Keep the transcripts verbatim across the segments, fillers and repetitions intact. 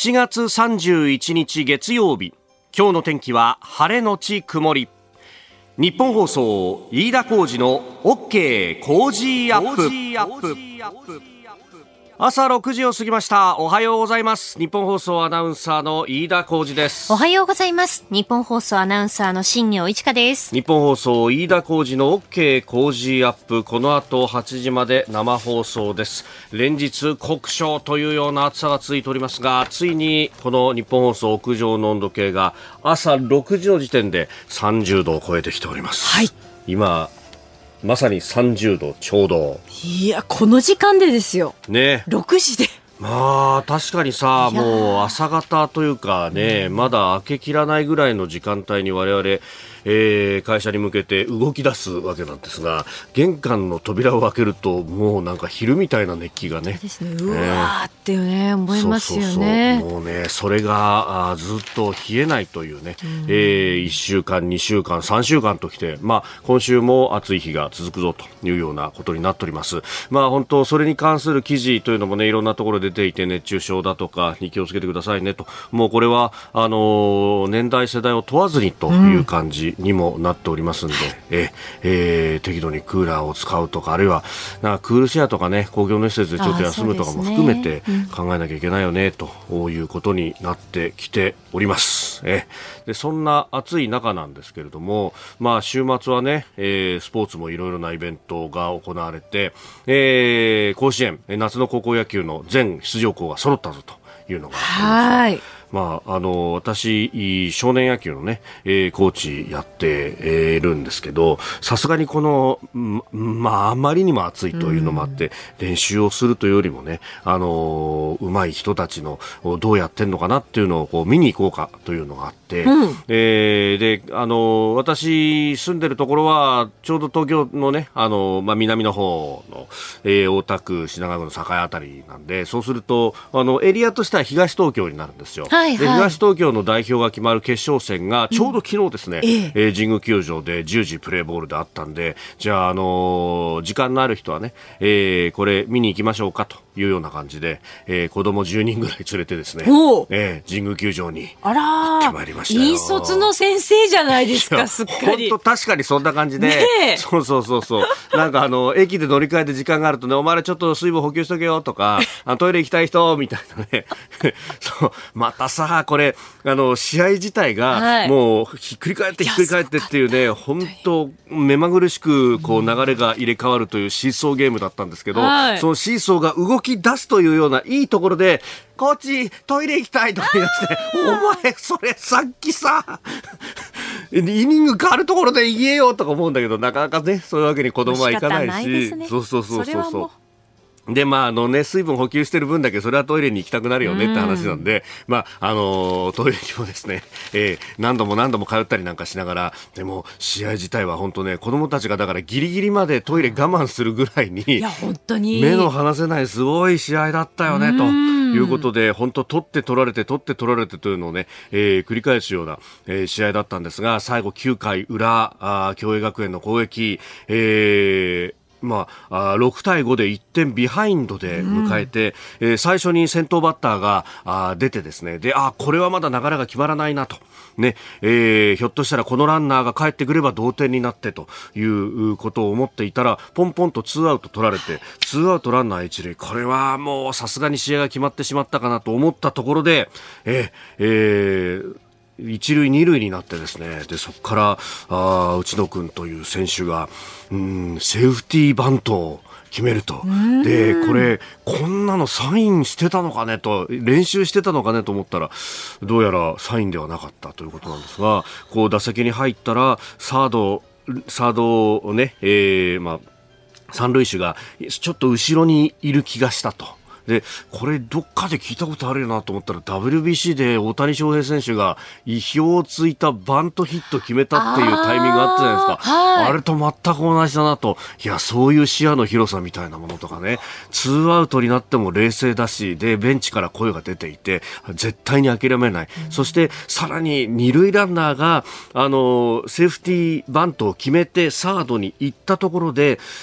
しちがつさんじゅういちにち月曜日、今日の天気は晴れのち曇り。日本放送飯田浩司の OK 工事アップ。朝ろくじを過ぎました。おはようございます。日本放送アナウンサーの飯田浩司です。 おはようございます。日本放送アナウンサーの新業一華です。 日本放送飯田浩司の OK 工事アップ、この後はちじまで生放送です。連日酷暑というような暑さが続いておりますが、ついにこの日本放送屋上の温度計が朝ろくじの時点でさんじゅうどを超えてきております。 はい、 今まさにさんじゅうどちょうど。 いや、この時間でですよね、 ろくじで。 まあ確かにさ、もう朝方というかね、まだ明けきらないぐらいの時間帯に我々、えー、会社に向けて動き出すわけなんですが、玄関の扉を開けるともうなんか昼みたいな熱気がね、 ですね、うわーっていうね、思いますよね。 そうそうそう、もうね、それがあずっと冷えないというね、うん、えー、いっしゅうかんにしゅうかんさんしゅうかんときて、まあ、今週も暑い日が続くぞというようなことになっております。まあ本当それに関する記事というのもね、いろんなところで出ていて、熱中症だとかに気をつけてくださいねと、もうこれはあのー、年代世代を問わずにという感じにもなっておりますので、うん、ええー、適度にクーラーを使うとか、あるいはなんかクールシェアとかね、公共の施設でちょっと休むとかも含めて考えなきゃいけないよねということになってきております。えでそんな暑い中なんですけれども、まあ、週末はね、えー、スポーツもいろいろなイベントが行われて、えー、甲子園夏の高校野球の全出場校が揃ったぞというのがありました。まあ、あの私少年野球のね、えー、コーチやっているんですけど、さすがにこの、まあ、あまりにも暑いというのもあって、うん、練習をするというよりもね、あの上手い人たちのどうやってんのかなっていうのをこう見に行こうかというのがあって、うん、えー、であの私住んでるところはちょうど東京のね、あの、まあ、南の方の、えー、大田区品川区の境あたりなんで、そうするとあのエリアとしては東東京になるんですよ。はいはい、で東東京の代表が決まる決勝戦がちょうど昨日ですね、うん、えええー、神宮球場でじゅうじプレーボールであったんで、じゃあ、あのー、時間のある人はね、えー、これ見に行きましょうかというような感じで、えー、子供じゅうにんぐらい連れてですね、えー、神宮球場に行ってまいりましたよ。 引率の先生じゃないですか。すっかり本当確かにそんな感じで、ね、そうそうそうそう、なんかあの駅で乗り換えて時間があるとね、お前らちょっと水分補給しとけよとか、あトイレ行きたい人みたいなねそう、またさ、これあの試合自体が、はい、もうひっくり返ってひっくり返ってっていうね、本当目まぐるしくこう流れが入れ替わるというシーソーゲームだったんですけど、はい、そのシーソーが動き出すというようないいところで、コーチトイレ行きたいとか言い出してお前それさっきさイニング変わるところで言えよとか思うんだけど、なかなかね、そういうわけに子供はいかないし、ね、そうそうそうそうそうで、まあ、あのね、水分補給してる分だけそれはトイレに行きたくなるよねって話なんで、まあ、あのー、トイレにもですね、えー、何度も何度も通ったりなんかしながら、でも、試合自体は本当ね、子供たちがだからギリギリまでトイレ我慢するぐらいに、いや、本当に目の離せないすごい試合だったよね、ということで、本当取って取られて取って取られてというのをね、えー、繰り返すような、えー、試合だったんですが、最後きゅうかい裏、あ共栄学園の攻撃、えーまあ、ろくたいごでいってんビハインドで迎えて、うん、えー、最初に先頭バッターがあ出てですね、で、あ、これはまだ流れが決まらないなと、ね、えー、ひょっとしたらこのランナーが帰ってくれば同点になってということを思っていたら、ポンポンとツーアウト取られて、ツーアウトランナー一塁、これはもうさすがに試合が決まってしまったかなと思ったところで、えーえー一塁二塁になってですね、でそこからあ内野君という選手がうんセーフティーバントを決めると。でこれこんなのサインしてたのかねと、練習してたのかねと思ったら、どうやらサインではなかったということなんですが、こう打席に入ったらサードサードをね、えー、まあ三塁手がちょっと後ろにいる気がしたと。でこれどっかで聞いたことあるよなと思ったら、 ダブリュービーシー で大谷翔平選手が意表をついたバントヒット決めたっていうタイミングがあったじゃないですか。 あ,、はい、あれと全く同じだなと。いや、そういう視野の広さみたいなものとかね、ツーアウトになっても冷静だし、でベンチから声が出ていて絶対に諦めない、うん、そしてさらに二塁ランナーがあのセーフティーバントを決めてサードに行ったところで、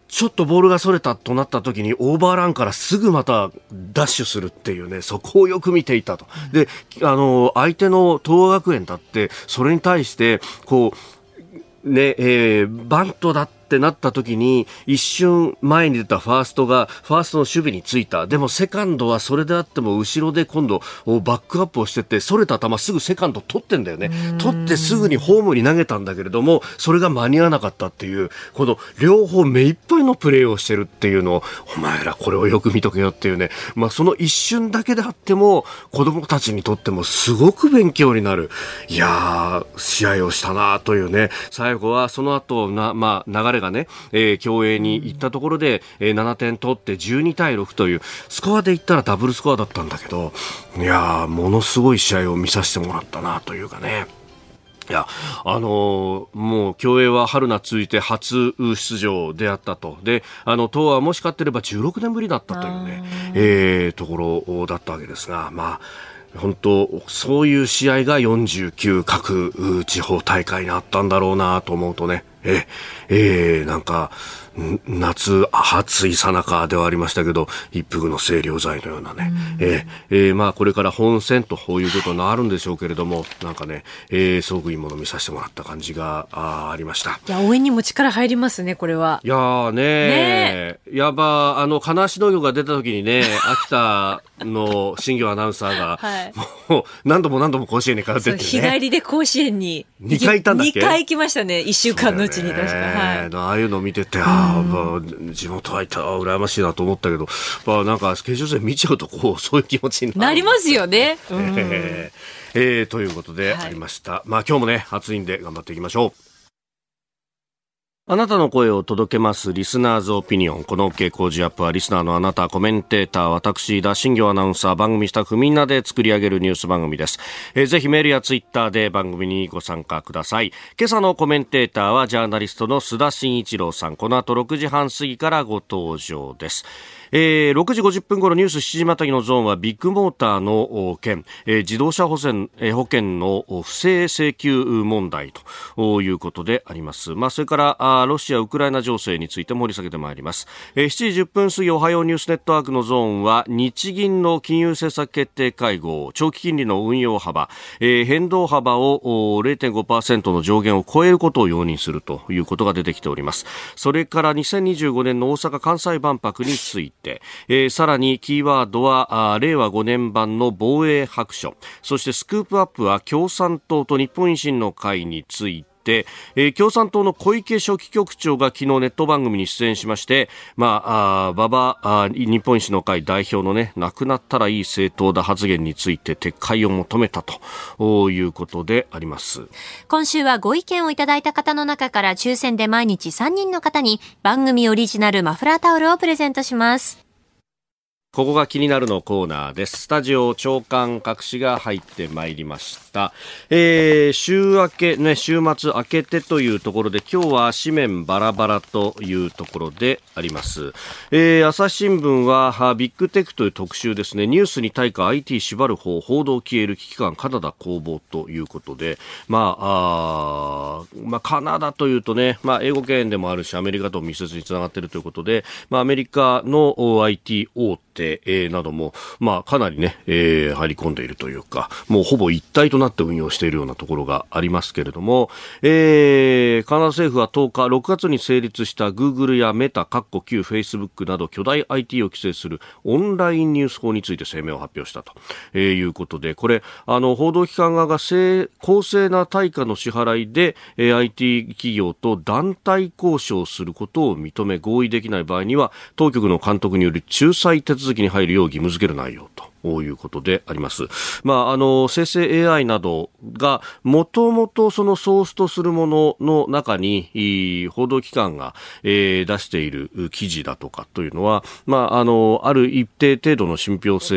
ちょっとボールがそれたとなった時にオーバーランからすぐまたダッシュするっていうね、そこをよく見ていたと。で、あの相手の東亜学園だってそれに対してこうね、えー、バントだってなった時に一瞬前に出たファーストがファーストの守備についた。でもセカンドはそれであっても後ろで今度バックアップをしてってそれた球すぐセカンド取ってんだよね。取ってすぐにホームに投げたんだけれどもそれが間に合わなかったっていうこの両方目いっぱいのプレーをしてるっていうのをお前らこれをよく見とけよっていうね、まあ、その一瞬だけであっても子供たちにとってもすごく勉強になるいやー試合をしたなというね。最後はその後な、まあ、流れがね、えー、競泳に行ったところで、えー、ななてん取ってじゅうにたいろくというスコアで言ったらダブルスコアだったんだけどいやーものすごい試合を見させてもらったなというかね。いや、あのー、もう競泳は春夏続いて初出場であったと。で、あの、東亜もし勝ってればじゅうろくねんぶりだったというね、えー、ところだったわけですが、まあ、本当そういう試合がよんじゅうきゅう各地方大会にあったんだろうなと思うとね、え、えー、なんか夏暑いさなかではありましたけど一服の清涼剤のようなね、えーえー、まあこれから本戦ということになるんでしょうけれどもなんかね、えー、すごくいいものを見させてもらった感じが あ, ありました。 いや応援にも力入りますねこれは。 いやーねー、ねやばあの金足農業が出た時にね秋田の新業アナウンサーが、はい、もう何度も何度も甲子園に通ってってね日帰りで甲子園ににかい行ったんだっけ。 にかい行きましたねいっしゅうかんのうちに確か、はい、 ああいうのを見ててあ、まあ、地元入ったら羨ましいなと思ったけど、まあ、なんか決勝戦見ちゃうとこうそういう気持ちに な, なりますよね、うん、 えーえー、ということでありました、はい、まあ、今日もね暑いんで頑張っていきましょう。あなたの声を届けますリスナーズオピニオン。この OK 工事アップはリスナーのあなた、コメンテーター、私、田新行アナウンサー、番組スタッフみんなで作り上げるニュース番組です。えー、ぜひメールやツイッターで番組にご参加ください。今朝のコメンテーターはジャーナリストの須田慎一郎さん。この後ろくじはん過ぎからご登場です。えー、ろくじごじゅっぷん頃ニュースしちじまたぎのゾーンはビッグモーターの件、えー、自動車保険、えー、保険の不正請求問題ということであります。まあ、それからあロシア・ウクライナ情勢についても掘り下げてまいります。えー、しちじじゅっぷん過ぎおはようニュースネットワークのゾーンは日銀の金融政策決定会合、長期金利の運用幅、えー、変動幅を れいてんごパーセント の上限を超えることを容認するということが出てきております。それからにせんにじゅうごねんの大阪・関西万博についてえー、さらにキーワードは令和ごねん版の防衛白書、そしてスクープアップは共産党と日本維新の会についてでえー、共産党の小池書記局長が昨日ネット番組に出演しまして、まあ、あ馬場あ日本維新の会代表のね亡くなったらいい政党だ発言について撤回を求めたということであります。 今週はご意見をいただいた方の中から抽選で毎日さんにんの方に番組オリジナルマフラータオルをプレゼントします。 ここが気になるのコーナーです。スタジオ長官各紙が入ってまいりました。えー、週明け、ね、週末明けてというところで今日は紙面バラバラというところであります。えー、朝日新聞はビッグテックという特集ですね。ニュースに対価 アイティー 縛る方、報道消える危機感カナダ攻防ということで、まあ、あまあ、カナダというとね、まあ、英語圏でもあるしアメリカと密接につながっているということで、まあ、アメリカの アイティー 大手えー、なども、まあ、かなりね、えー、入り込んでいるというか、もうほぼ一体となって運用しているようなところがありますけれども、えー、カナダ政府はとおか、ろくがつに成立した Google やメタ、旧 Facebook など巨大 アイティー を規制するオンラインニュース法について声明を発表したと、えー、いうことで、これ、あの、報道機関側が正公正な対価の支払いで、えー、アイティー 企業と団体交渉することを認め合意できない場合には、当局の監督による仲裁手続きに入るよう義務付ける内容ということであります。まあ、あの生成 エーアイ などがもともとそのソースとするものの中に報道機関が、えー、出している記事だとかというのは、まあ、あのある一定程度の信憑性を持って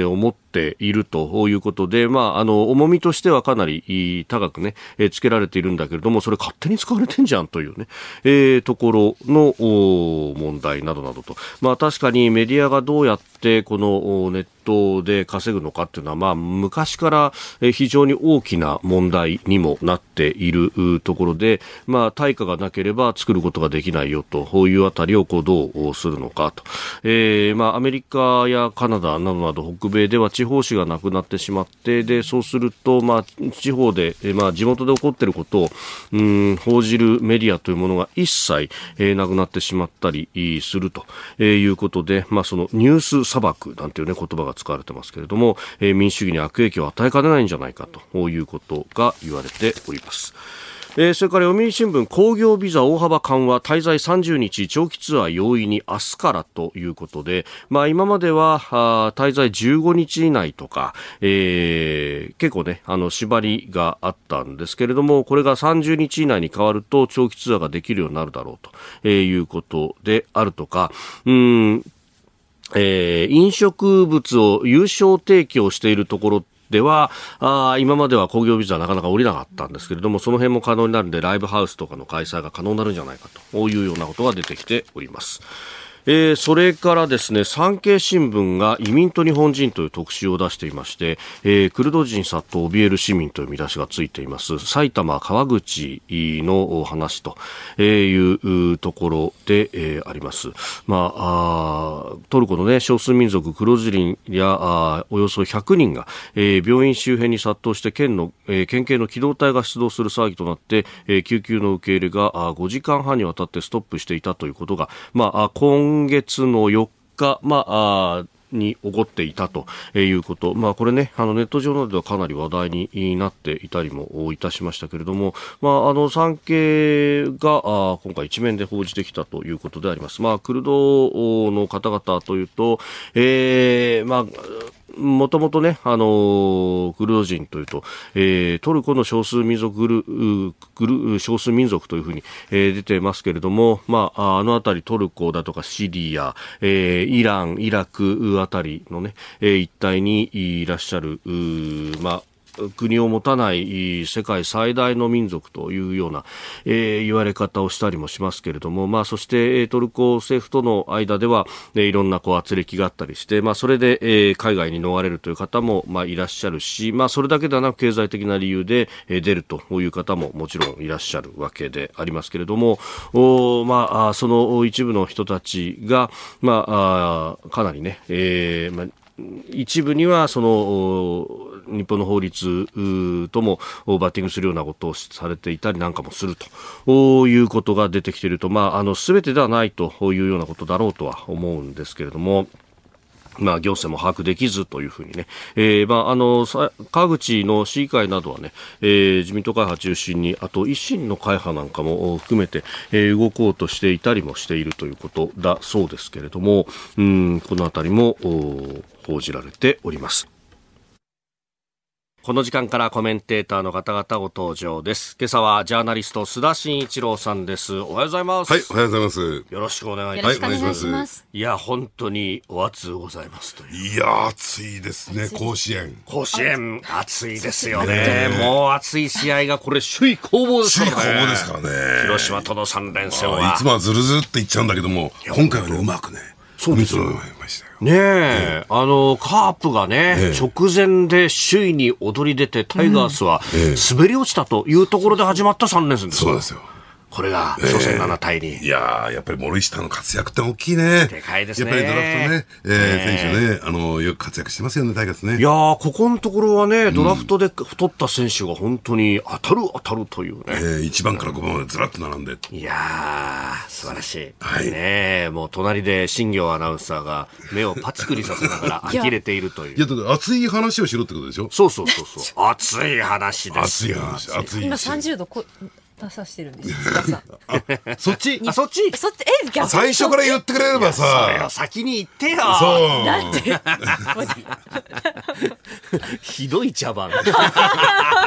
っているということで、まあ、あの重みとしてはかなり高くね、えー、つけられているんだけれども、それ勝手に使われてんじゃんというね、えー、ところの問題などなどと、まあ、確かにメディアがどうやってこのネットで稼ぐのかっていうのは、まあ、昔から非常に大きな問題にもなっているところで、まあ、対価がなければ作ることができないよというあたりをこうどうするのかと、えーまあ、アメリカやカナダなどなど北米では地方紙がなくなってしまって、でそうすると、まあ、地方で、まあ、地元で起こっていることをうん報じるメディアというものが一切、えー、なくなってしまったりするということで、まあ、そのニュース砂漠なんていう、ね、言葉が使われてますけれども、えー、民主主義に悪影響を与えかねないんじゃないかということが言われております。えー、それから読売新聞、工業ビザ大幅緩和、滞在さんじゅうにち、長期ツアー容易に明日からということで、まあ、今まではあ滞在じゅうごにち以内とか、えー、結構ねあの縛りがあったんですけれども、これがさんじゅうにち以内に変わると長期ツアーができるようになるだろうということであるとか、うーんえー、飲食物を有償提供しているところではあ今までは工業ビザはなかなか降りなかったんですけれども、その辺も可能になるのでライブハウスとかの開催が可能になるんじゃないかというようなことが出てきております。えー、それからですね、産経新聞が移民と日本人という特集を出していまして、えー、クルド人殺到怯える市民という見出しがついています。埼玉川口の話というところで、えー、あります。まあ、あトルコの、ね、少数民族クルド人やあおよそひゃくにんが、えー、病院周辺に殺到して県の、えー、県警の機動隊が出動する騒ぎとなって、えー、救急の受け入れがごじかんはんにわたってストップしていたということが、まあ、今今月のよっか、まあ、に起こっていたということ、まあ、これねあのネット上などではかなり話題になっていたりもいたしましたけれども、まあ、あの産経があ今回一面で報じてきたということであります。まあ、クルドの方々というと、えー、まあもともとね、あのー、クルド人というと、えー、トルコの少数民族グルグル少数民族というふうに、えー、出てますけれども、まあ、あのあたりトルコだとかシリア、えー、イラン、イラクあたりのね、えー、一帯にいらっしゃる、まあ国を持たない世界最大の民族というような、えー、言われ方をしたりもしますけれども、まあ、そしてトルコ政府との間では、ね、いろんなこう圧力があったりして、まあ、それで、えー、海外に逃れるという方も、まあ、いらっしゃるし、まあ、それだけではなく経済的な理由で、えー、出るという方ももちろんいらっしゃるわけでありますけれども、おまあ、その一部の人たちが、まあ、あかなりね、えーまあ一部にはその日本の法律ともバッティングするようなことをされていたりなんかもするということが出てきていると、まあ、あの全てではないというようなことだろうとは思うんですけれども、まあ、行政も把握できずというふうにね、えー、まあ、あの川口の市議会などはね、えー、自民党会派中心にあと維新の会派なんかも含めて、えー、動こうとしていたりもしているということだそうですけれども、うんこのあたりも報じられております。この時間からコメンテーターの方々ご登場です。今朝はジャーナリスト須田慎一郎さんです。おはようございます。 はい、おはようございます。 よろしくお願いいたします。 よろしくお願いします。 いや本当にお暑うございますという。 いや暑いですね。甲子園甲子園暑いですよね。もう暑い試合がこれ首位攻防ですからね。 首位攻防ですからね。 広島とのさんれんせんはいつもはずるずるって言っちゃうんだけども、今回はねうまくね。 そうですよねえ、あのカープがね、ええ、直前で首位に躍り出てタイガースは滑り落ちたというところで始まったさんれんせんです。 そうですよ。 これが初戦ななたいに、 えー、いやーやっぱり森下の活躍って大きいね。 でかいですね。 やっぱりドラフトね、えー、選手ねあのよく活躍してますよねタイガースね。 いやーここのところはねドラフトで太った選手が本当に当たる当たるというね、 えー、いちばんからごばんまでずらっと並んで、 いやー素晴らしい、 はい、 ねもう隣で新庄アナウンサーが目をパチクリさせながら呆れているといういやだって熱い話をしろってことでしょ。 そうそうそうそう熱い話です熱い話熱い今さんじゅうどこ出さしてるんですよ。 そっちあそっちそっちえ逆最初から言ってくれればさそれを先に言ってよ。 そうなんてひどい茶番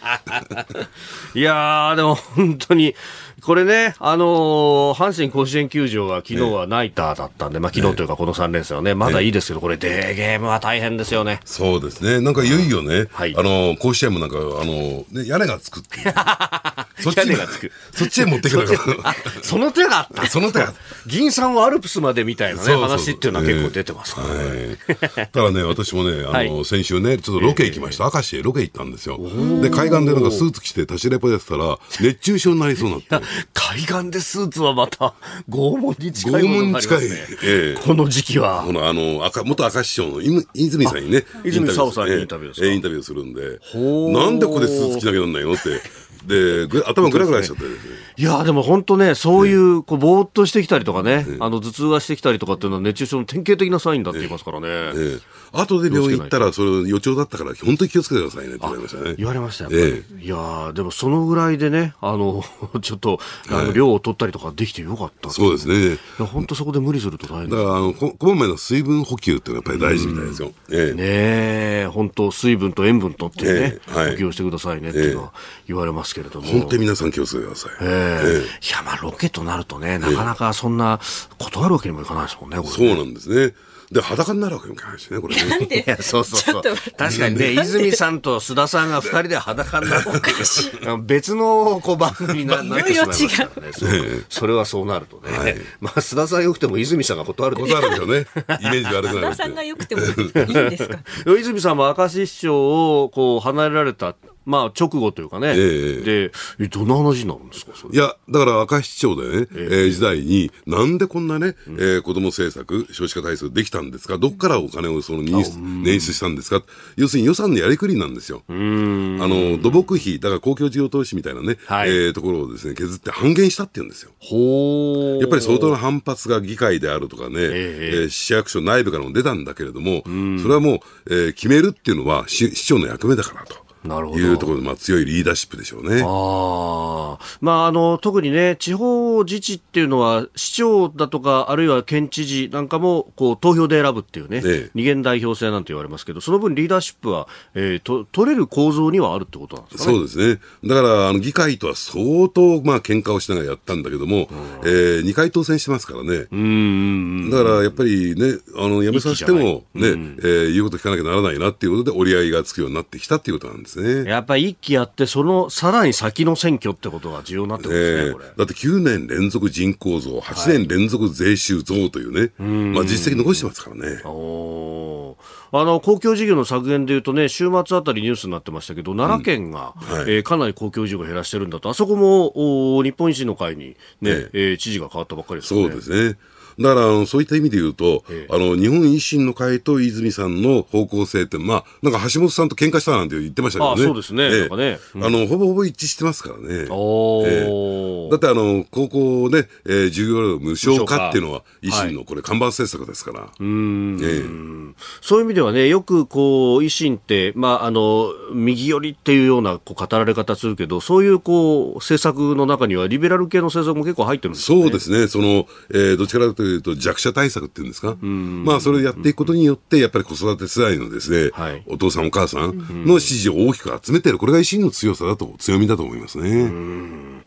いやーでも本当にこれね、あのー、阪神甲子園球場は昨日はナイターだったんで、まあ、昨日というかこのさん連戦はね、まだいいですけど、これデーゲームは大変ですよね。 そうですね。なんかいよいよね、 はい、 あの甲子園もなんかあの、ね、屋根がつくっていうそっち屋根がつくそっちへ持ってくるからその手があったその手が銀さんをアルプスまでみたいな、ね、そうそうそう話っていうのは結構出てますからね、 はい、ただね私もねあの、はい、先週ねちょっとロケ行きました、えー、明石へロケ行ったんですよ。で海岸でなんかスーツ着て立ちレポやってたら熱中症になりそうになって海岸でスーツはまた拷問に近いものがありますね。拷問に近い、えー、この時期はこのあの赤元明石市長の泉さんにね泉佐緒さんにインタビューですか、 えー、インタビューするんでなんでここでスーツ着なきゃなんないのってで頭ぐらぐらしちゃってですね。 いやでも本当ねそういう、こうぼーっとしてきたりとかね、あの頭痛がしてきたりとかっていうのは熱中症の典型的なサインだって言いますからね。えええ、後で病院行ったらそれ予兆だったから本当に気をつけてくださいねって言われましたね。 言われましたやっぱり、ええ、いやでもそのぐらいでねあのちょっとあの量を取ったりとかできてよかった、はい、 そうですね。 本当そこで無理すると大変だからあのこまめな水分補給っていうのはやっぱり大事みたいですよ。ええ、 ねえ本当水分と塩分とっていうね、ええはい、補給をしてくださいねっていうのは言われますけれども、 本当に皆さん気をつけてください。 えーえー、いやまあロケとなるとねなかなかそんな断るわけにもいかないですもんね。これねそうなんですね。で裸になるわけにもいかないしねこれね。 なんでそうそうそう確かにね泉さんと須田さんがふたりで裸になるおかしい別のこう番組になってしまいますからね。そ, それはそうなるとね、はい、まあ須田さんよくても泉さんが断る断るでしょうね。イメージ悪くなる。 須田さんがよくてもいいんですか。 泉さんも明石市長をこう離れられたまあ直後というかね、えー、でえどんな話になるんですかそれ。 いやだから明石市長でね、えーえー、時代になんでこんなね、うんえー、子ども政策少子化対策できたんですか、どっからお金をその捻出、捻出したんですか、要するに予算のやりくりなんですよ。うーんあの土木費だから公共事業投資みたいなね、はいえー、ところをですね削って半減したって言うんですよ。ほやっぱり相当な反発が議会であるとかね、えーえー、市役所内部からも出たんだけれども、それはもう、えー、決めるっていうのは市長の役目だからと。なるほどいうところで、まあ、強いリーダーシップでしょうね。 あ、まあ、あの特にね地方自治っていうのは市長だとかあるいは県知事なんかもこう投票で選ぶっていうね、ええ、二元代表制なんて言われますけどその分リーダーシップは、えー、と取れる構造にはあるってことなんですかね。 そうですね。だからあの議会とは相当まあ喧嘩をしながらやったんだけども、えー、にかい当選してますからね。うーんだからやっぱりねあの辞めさせてもね、えー、言うこと聞かなきゃならないなっていうことで折り合いがつくようになってきたっていうことなんです。 やっぱり一期やってそのさらに先の選挙ってことが重要になってくるんですね、えー、これだってきゅうねん連続人口増はちねん連続税収増というね、はいまあ、実績残してますからね。おあの公共事業の削減でいうとね週末あたりニュースになってましたけど奈良県が、うんはいえー、かなり公共事業を減らしてるんだとあそこもお日本維新の会に、ねえーえー、知事が変わったばっかりですよね。 そうですね。だからあのそういった意味で言うと、ええ、あの日本維新の会と泉さんの方向性って、まあ、なんか橋本さんと喧嘩したなんて言ってましたけどね。 ああそうですね。ええ、なんかね、うん、 あのほぼほぼ一致してますからね。おええ、だってあの高校で、えー、授業料無償化っていうのは維新のこれ看板政策ですから。はい、うーん、ええ、そういう意味ではねよくこう維新って、まあ、あの右寄りっていうようなこう語られ方するけどそういうこう政策の中にはリベラル系の政策も結構入ってるんですよね。 そうですね。その、えー、どちらかというと弱者対策っていうんですか、まあそれをやっていくことによってやっぱり子育て世代のですね、はい、お父さんお母さんの支持を大きく集めているこれが維新の強さだと強みだと思いますね。うん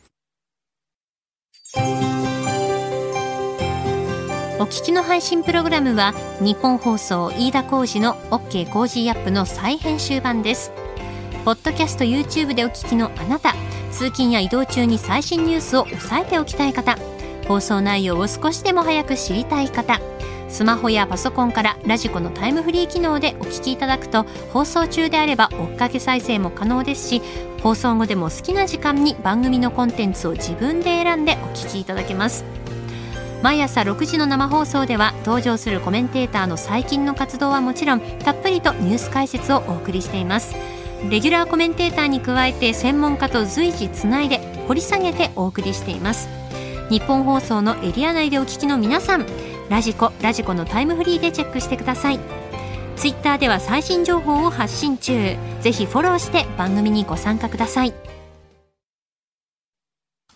お聞きの配信プログラムは日本放送飯田浩司の OK コージーアップの再編集版です。ポッドキャスト YouTube でお聞きのあなた、通勤や移動中に最新ニュースを押さえておきたい方、放送内容を少しでも早く知りたい方、スマホやパソコンからラジコのタイムフリー機能でお聞きいただくと放送中であれば追っかけ再生も可能ですし放送後でも好きな時間に番組のコンテンツを自分で選んでお聞きいただけます。毎朝ろくじの生放送では登場するコメンテーターの最近の活動はもちろんたっぷりとニュース解説をお送りしています。レギュラーコメンテーターに加えて専門家と随時つないで掘り下げてお送りしています。日本放送のエリア内でお聞きの皆さん、ラジコ、ラジコのタイムフリーでチェックしてください。ツイッターでは最新情報を発信中。ぜひフォローして番組にご参加ください。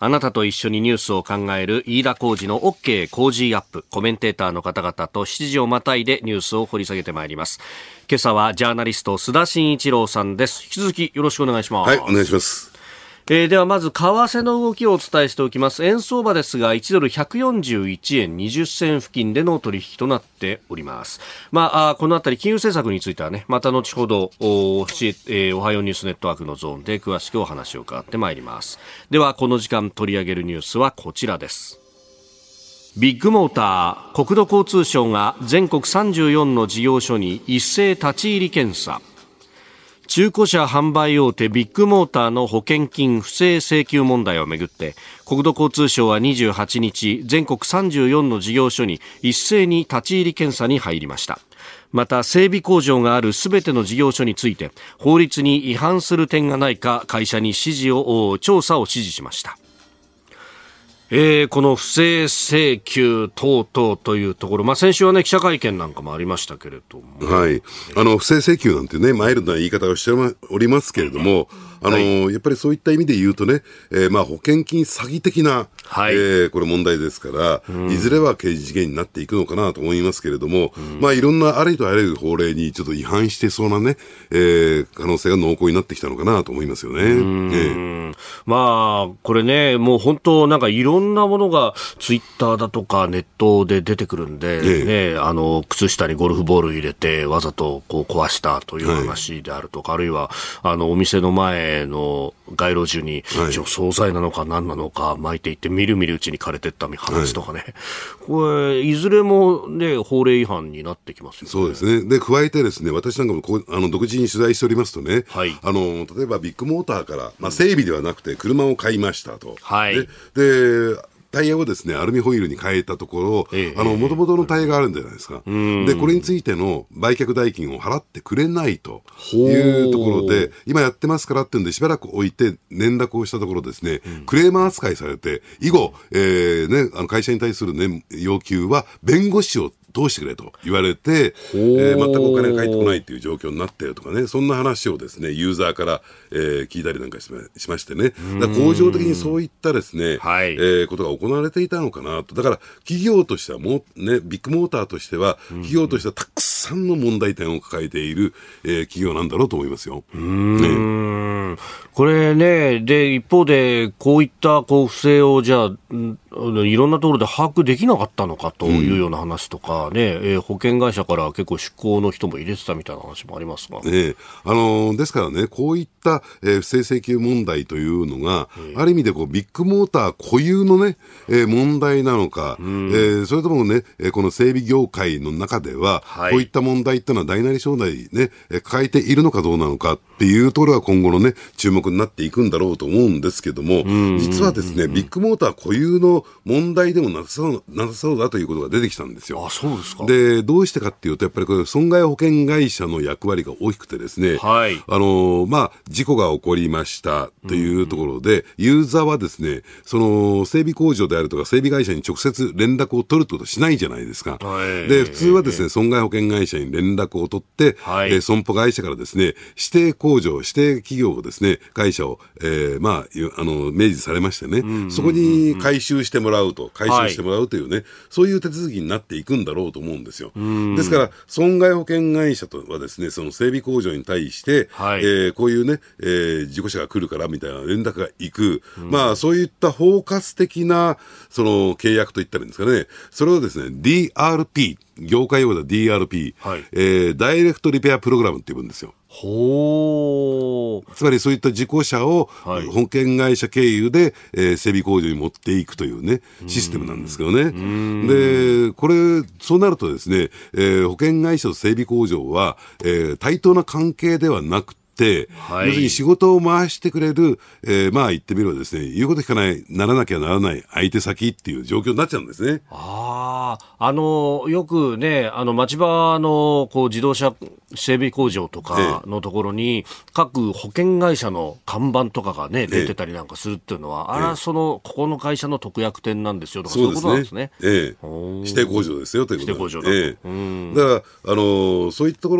あなたと一緒にニュースを考える飯田浩司の OK 工事アップ。コメンテーターの方々としちじをまたいでニュースを掘り下げてまいります。今朝はジャーナリスト須田慎一郎さんです。引き続きよろしくお願いします。 はい、お願いします。 えー、ではまず為替の動きをお伝えしておきます。円相場ですがいちドルひゃくよんじゅういちえんにじゅっせん付近での取引となっております。まあ、あこのあたり金融政策についてはね、また後ほど お,、えー、おはようニュースネットワークのゾーンで詳しくお話を伺ってまいります。ではこの時間取り上げるニュースはこちらです。ビッグモーター、国土交通省が全国さんじゅうよんの事業所に一斉立ち入り検査。中古車販売大手ビッグモーターの保険金不正請求問題をめぐって国土交通省はにじゅうはちにち全国さんじゅうよんの事業所に一斉に立ち入り検査に入りました。また整備工場があるすべての事業所について法律に違反する点がないか会社に指示を調査を指示しました。えー、この不正請求等々というところ、まあ、先週はね記者会見なんかもありましたけれども、 はい、あの不正請求なんてねマイルドな言い方をしておりますけれども、あの、はい、やっぱりそういった意味で言うとね、えー、まあ保険金詐欺的な、はい、えー、これ問題ですから、うん、いずれは刑事事件になっていくのかなと思いますけれども、うん、まあいろんなありとあらゆる法令にちょっと違反してそうなね、えー、可能性が濃厚になってきたのかなと思いますよね。うん、えー、 まあこれねもう本当なんかいろんなものがツイッターだとかネットで出てくるんで、ええね、あの靴下にゴルフボール入れてわざとこう壊したという話であるとか、はい、あるいはあのお店の前の街路樹に除草剤なのか何なのか巻いていってみるみるうちに枯れていった話とかね、はい、これいずれも、ね、法令違反になってきますよね。 そうですね。で加えてですね私なんかもこうあの独自に取材しておりますとね、はい、あの例えばビッグモーターから、まあ、整備ではなくて車を買いましたと、はい、ででタイヤをですねアルミホイールに変えたところ、ええ、あの元々のタイヤがあるんじゃないですか。でこれについての売却代金を払ってくれないというところで今やってますからっていうんでしばらく置いて連絡をしたところですね、うん、クレーマー扱いされて以後、えーね、あの会社に対する、ね、要求は弁護士を通してくれと言われて、えー、全くお金が返ってこないという状況になっているとかね、そんな話をですねユーザーから、えー、聞いたりなんかしま、しましてね、だから恒常的にそういったですね、はい、えー、ことが行われていたのかなと。だから企業としてはもう、ね、ビッグモーターとしては企業としてはたくさんの問題点を抱えている、えー、企業なんだろうと思いますよ。うーん、 ね、これね、で一方でこういったこう不正をじゃあいろんなところで把握できなかったのかというような話とか、うんねえー、保険会社から結構出向の人も入れてたみたいな話もありますが、 ね、あのー、ですからねこういった、えー、不正請求問題というのが、えー、ある意味でこうビッグモーター固有の、ねえー、問題なのか、うん、えー、それともねこの整備業界の中では、はい、こういった問題っていうのは大なり小なり、ね、抱えているのかどうなのかっていうところが今後の、ね、注目になっていくんだろうと思うんですけども、実はですねビッグモーター固有の問題でもなさそう、なさそうだということが出てきたんですよ。 あ、そうですか。 でどうしてかっていうとやっぱりこれ損害保険会社の役割が大きくてですね、はい、あのまあ、事故が起こりましたというところで、うんうん、ユーザーはですねその整備工場であるとか整備会社に直接連絡を取るってことはしないじゃないですか。はい、で普通はですね損害保険会社に連絡を取って、はい、えー、損保会社からですね指定工場指定企業をですね会社を、えーまあ、あの明示されましてね、うんうんうん、そこに回収してもらうと回収してもらうというね、はい、そういう手続きになっていくんだろうと思うんですよ。ですから損害保険会社とはですねその整備工場に対して、はい、えー、こういうね、えー、事故車が来るからみたいな連絡が行く、うん、まあそういった包括的なその契約といったらいいんですかね、それをですね ディーアールピー、 業界用語では ディーアールピー、はい、えー、ダイレクトリペアプログラムって言うんですよ。 ほー、 つまりそういった事故車を保険会社経由で、えー、整備工場に持っていくというねシステムなんですけどね。でこれそうなるとですね、えー、保険会社と整備工場は、えー、対等な関係ではなくて、はい、要するに仕事を回してくれる、えー、まあ言ってみればですね言うこと聞かないならなきゃならない相手先っていう状況になっちゃうんですね。 ああ、あのよくねあの町場のこう自動車整備工場とかのところに、ええ、各保険会社の看板とかがね出てたりなんかするっていうのは、ええ、あらそのここの会社の特約店なんですよとかそういうことなんですね。 ええ、指定工場ですよということで、 指定工場だと、 ええ、うん、だからあのそういったところは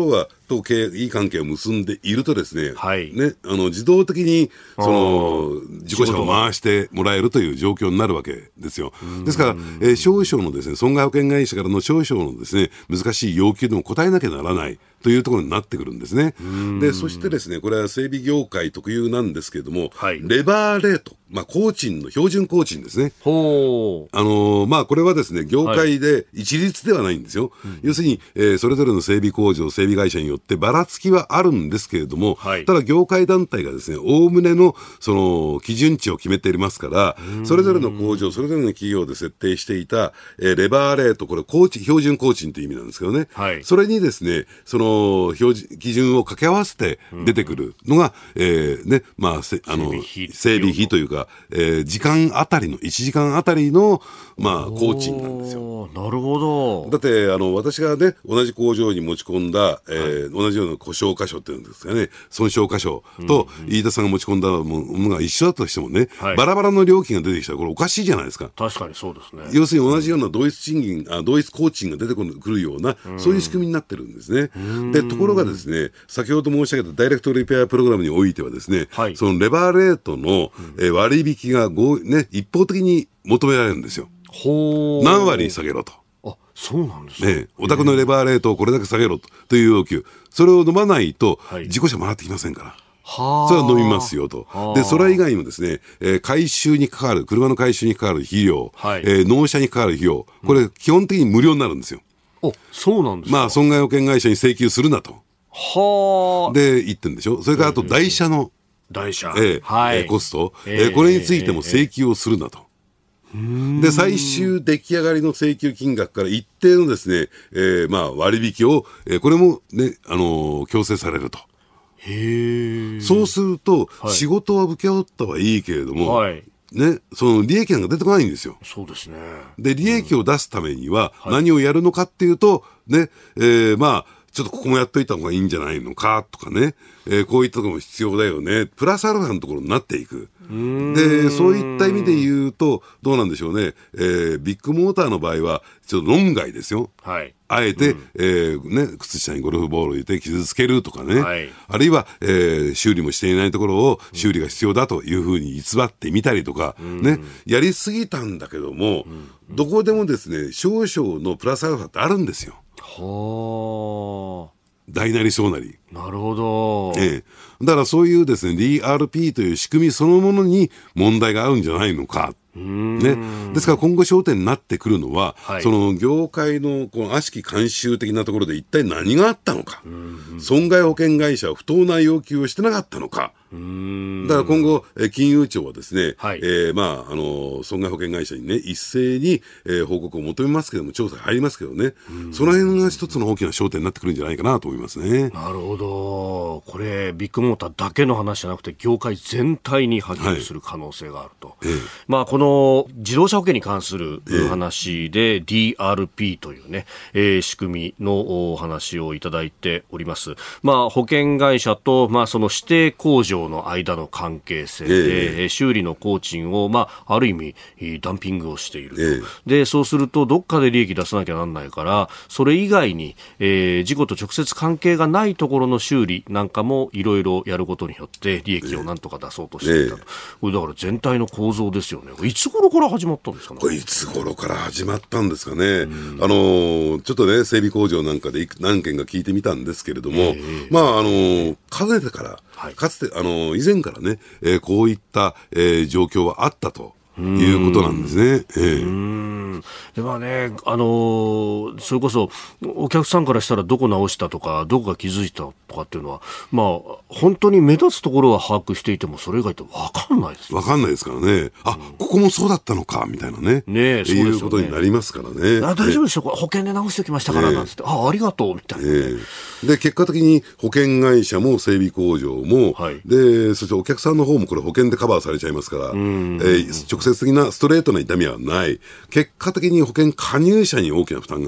といい関係を結んでいるとですね、 はい、 ね、あの自動的にその自己車を回してもらえるという状況になるわけですよ。ですから、えー、少々のですね、損害保険会社からの少々のですね、難しい要求でも応えなきゃならないというところになってくるんですね。で、そしてですね、これは整備業界特有なんですけれども、はい、レバーレート、まあ、工賃の標準工賃ですね。ほう。あのー、まあ、これはですね、業界で一律ではないんですよ。はい、要するに、えー、それぞれの整備工場、整備会社によってばらつきはあるんですけれども、はい、ただ業界団体がですね、おおむねの、その、基準値を決めていますから、それぞれの工場、それぞれの企業で設定していた、えー、レバーレート、これ、工賃、標準工賃という意味なんですけどね。はい、それにですね、その、標準、基準を掛け合わせて出てくるのが、うん、えー、ね、まあ、あの、整備費というか、えー、時間あたりの、いちじかんあたりの、まあ、工賃なんですよ。 なるほど。 だって、あの、私がね、同じ工場に持ち込んだ、えーはい、同じような故障箇所っていうんですかね、損傷箇所と、うんうん、飯田さんが持ち込んだものが一緒だとしてもね、はい、バラバラの料金が出てきたら、これおかしいじゃないですか。 確かにそうですね。 要するに同じような同一賃金、あ同一工賃が出てくるような、うん、そういう仕組みになってるんですね。で、ところがですね、先ほど申し上げたダイレクトリペアプログラムにおいてはですね、はい、そのレバーレートの、えー、割引がご、ね、一方的に求められるんですよ。ほー。何割下げろと。 あ、そうなんですね。 ね、お宅のレバーレートをこれだけ下げろと、という要求。それを飲まないと、事故車回ってきませんから。はそれは飲みますよと。で、それ以外にもですね、えー、回収にかかる、車の回収にかかる費用、はい、えー、納車にかかる費用、これ基本的に無料になるんですよ。 うん、お、そうなんですか。 まあ、損害保険会社に請求するなと。はあ。で、言ってるんでしょ。それからあと台車の、 えー、台車、 えーはい、えー、コスト、えー、これについても請求をするなと。えー、で、最終出来上がりの請求金額から一定のですね、えー、まあ割引を、えー、これもね、あのー、強制されると。へそうすると、はい、仕事は請け負ったはいいけれども、はい、ね、その利益なんか出てこないんですよ。 そうですね。 で、利益を出すためには何をやるのかっていうと、はい、ね、えー、まあ、ちょっとここもやっといた方がいいんじゃないのかとかね、えー、こういったところも必要だよね、プラスアルファのところになっていく。で、そういった意味で言うと、どうなんでしょうね、えー、ビッグモーターの場合は、ちょっと論外ですよ。はい。あえて、うん、えー、ね、靴下にゴルフボールを入れて傷つけるとかね、はい、あるいは、えー、修理もしていないところを修理が必要だというふうに偽ってみたりとか、うん、ね、やりすぎたんだけども、うん、どこでもですね、少々のプラスアルファってあるんですよ。はあ。大なり小なり。 なるほど。 ええ。だからそういうですね、ディーアールピー という仕組みそのものに問題があるんじゃないのか。ね、ですから今後焦点になってくるのは、はい、その業界のこの悪しき慣習的なところで一体何があったのか、損害保険会社は不当な要求をしてなかったのか、だから今後、え金融庁はですね、はい、えー、まあ、あの損害保険会社にね、一斉に、えー、報告を求めますけども、調査入りますけどね、その辺が一つの大きな焦点になってくるんじゃないかなと思いますね。 なるほど。これビッグモーターだけの話じゃなくて業界全体に波及する可能性があると、はい、えー、まあ、この自動車保険に関する話で ディーアールピー というね、えー、仕組みのお話をいただいております。まあ、保険会社と、まあ、その指定工場の間の関係性で、えー、修理の工賃を、まあ、ある意味ダンピングをしていると、えー、でそうするとどっかで利益出さなきゃなんないからそれ以外に、えー、事故と直接関係がないところの修理なんかもいろいろやることによって利益をなんとか出そうとしていたと、えー、これだから全体の構造ですよね。いつ頃から始まったんですかね。 これいつ頃から始まったんですかね。あのちょっとね整備工場なんかで何件か聞いてみたんですけれども、えー、まああのかねてからはい、かつてあの以前からね、えー、こういった、えー、状況はあったということなんですね。えー、うーんでまあね、あのー、それこそお客さんからしたらどこ直したとかどこが気づいたとかっていうのは、まあ、本当に目立つところは把握していてもそれ以外って分かんないですよね。分かんないですからね。あ、うん、ここもそうだったのかみたいなね、ね、そうですよね、いうことになりますからね。 あ、大丈夫でしょうか、保険で直しておきましたからなんつって、えー、あ、ありがとうみたいな、ね、えー、で結果的に保険会社も整備工場も、はい、でそしてお客さんの方もこれ保険でカバーされちゃいますから、うん、えー、直接的なストレートな痛みはない。結果的に保険加入者に大きな負担が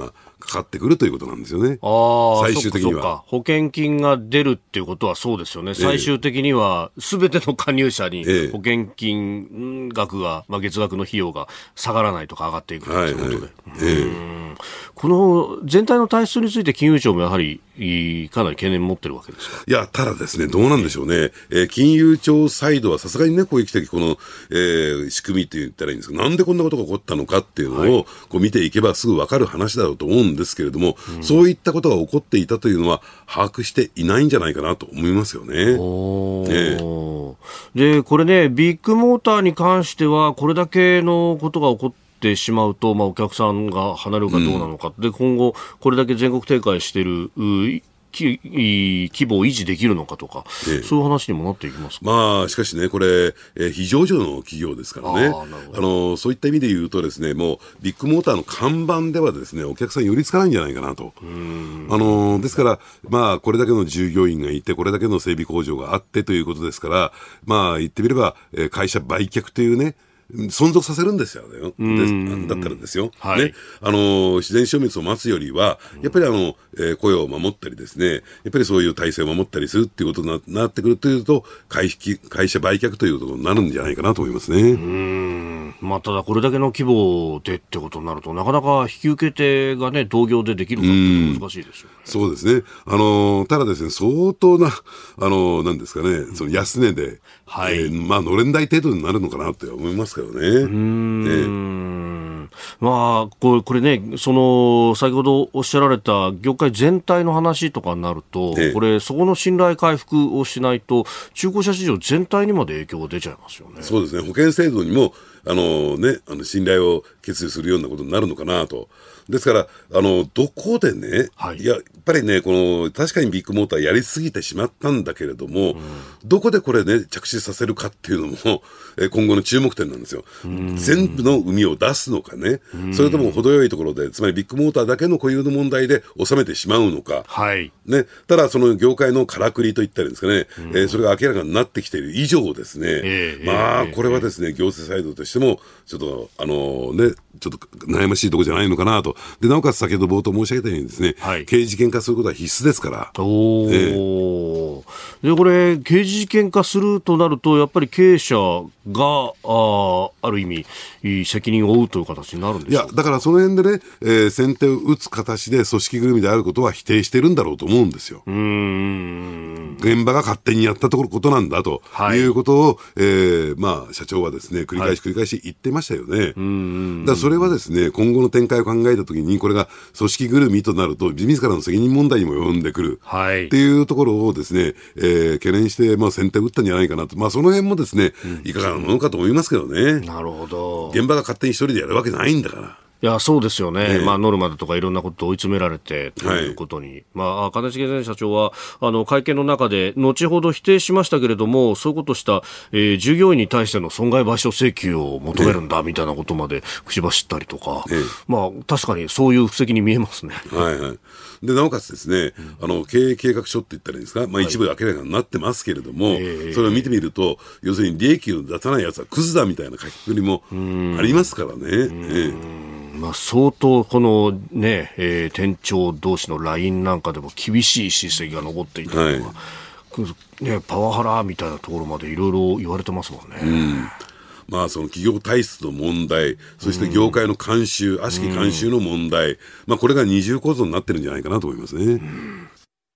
かかってくるということなんですよね。 あ最終的には。 そうかそうか、保険金が出るっていうことはそうですよね。最終的には全ての加入者に保険金額が、まあ、月額の費用が下がらないとか上がっていくということで、はいはい、えー、この全体の体質について金融庁もやはりかなり懸念持ってるわけですか。 いや、ただですね、どうなんでしょうね。えー、金融庁サイドはさすがにね、こういうきこの、えー、仕組みって言ったらいいんですけど、なんでこんなことが起こったのかっていうのを、はい、こう見ていけばすぐ分かる話だろうと思うんですけれども、うん、そういったことが起こっていたというのは把握していないんじゃないかなと思いますよね。 おー、ね、で、これね、ビッグモーターに関してはこれだけのことが起こってしまうと、まあ、お客さんが離れるかどうなのか、うん、で今後これだけ全国展開している規模を維持できるのかとか、ええ、そういう話にもなっていきますか。 まあ、しかしね、これ、えー、非上場の企業ですからね、ああのそういった意味で言うとですね、もうビッグモーターの看板ではですね、お客さん寄りつかないんじゃないかなと。うーん、あのですから、まあ、これだけの従業員がいて、これだけの整備工場があってということですから、まあ、言ってみれば、えー、会社売却というね、存続させるんですよ。でだったらですよ、はい、ね、あの自然消滅を待つよりはやっぱりあの、えー、雇用を守ったりですね、やっぱりそういう体制を守ったりするっていうことに な, なってくるというと 会, 会社売却ということになるんじゃないかなと思いますね。 うーん、まあ、ただこれだけの規模でってことになるとなかなか引き受け手がね同業でできるかっていうのは難しいですよね。 そうですね、あのただですね、相当なあのなんですかね、その安値で、はい、えー、まあのれん代程度になるのかなって思いますけどね。うーん、ね、まあ、これ、これね、その先ほどおっしゃられた業界全体の話とかになると、ええ、これそこの信頼回復をしないと中古車市場全体にまで影響が出ちゃいますよね。 そうですね、保険制度にもあの、ね、あの信頼を決意するようなことになるのかなと。ですからあのどこでね、はい、いややっぱりね、この確かにビッグモーターやりすぎてしまったんだけれども、うん、どこでこれね着地させるかっていうのもえ今後の注目点なんですよ。全部の海を出すのかね、それとも程よいところで、つまりビッグモーターだけの固有の問題で収めてしまうのか、はい、ね、ただその業界のからくりといったらいいんですかね、えー、それが明らかになってきている以上ですね、えー、まあこれはですね、行政サイドとしてもちょっとあのねちょっと悩ましいところじゃないのかなと。でなおかつ先ほど冒頭申し上げたようにですね、はい、刑事事件化することは必須ですから。お、 えー、でこれ刑事事件化するとなるとやっぱり経営者が あ, ある意味責任を負うという形になるんでしょうか。 いやだからその辺でね、えー、先手を打つ形で組織ぐるみであることは否定してるんだろうと思うんですよ。うーん、現場が勝手にやったところことなんだということを、はい、えーまあ、社長はですね繰り返し繰り返し言ってましたよね。はい、うーん、だからそれはですね今後の展開を考えたときにこれが組織ぐるみとなると自らの責任問題にも及んでくる、はい、っていうところをですね、えー、懸念して、まあ、先手を打ったんじゃないかなと、まあ、その辺もですね、うん、いかがなものかと思いますけどね。 なるほど。 現場が勝手に一人でやるわけないんだから。 いやそうですよね、えーまあ、ノルマだとかいろんなことを追い詰められてということに、はい、まあ、金重前社長はあの会見の中で後ほど否定しましたけれども、そういうことをした、えー、従業員に対しての損害賠償請求を求めるんだみたいなことまで口走ったりとか、えーまあ、確かにそういう布石に見えますね。 はいはい、でなおかつですね、うん、あの経営計画書って言ったらいいんですか、まあ、一部明らかになってますけれども、はい、それを見てみると要するに利益を出さないやつはクズだみたいな書きくりもありますからね。えーまあ、相当この、ねえー、店長同士の ライン なんかでも厳しい叱責が残っていたりとか、はいね、パワハラみたいなところまでいろいろ言われてますもんね。うん、 まあ、その企業体質の問題、そして業界の慣習、悪しき慣習の問題、まあ、これが二重構造になってるんじゃないかなと思いますね。うん、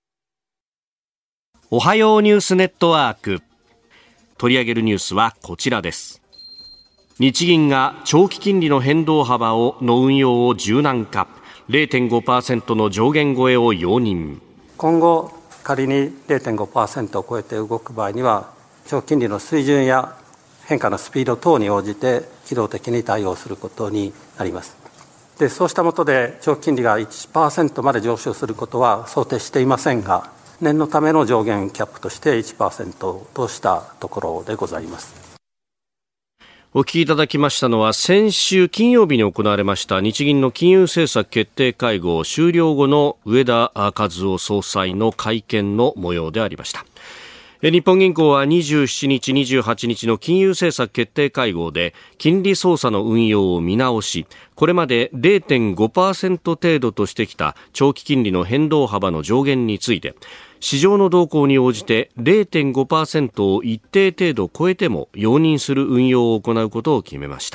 おはようニュースネットワーク、取り上げるニュースはこちらです。日銀が長期金利の変動幅をの運用を柔軟化、 ゼロテンごパーセント の上限超えを容認。 今後仮に ゼロテンごパーセント を超えて動く場合には、長期金利の水準や変化のスピード等に応じて機動的に対応することになります。でそうした下で長期金利が いちパーセント まで上昇することは想定していませんが、念のための上限キャップとして いちパーセント としたところでございます。 お聞きいただきましたのは、先週金曜日に行われました日銀の金融政策決定会合終了後の植田和男総裁の会見の模様でありました。 日本銀行はにじゅうしちにち、にじゅうはちにちの金融政策決定会合で金利操作の運用を見直し、これまで ゼロテンごパーセント 程度としてきた長期金利の変動幅の上限について、市場の動向に応じて ゼロテンごパーセント を一定程度超えても容認する運用を行うことを決めました。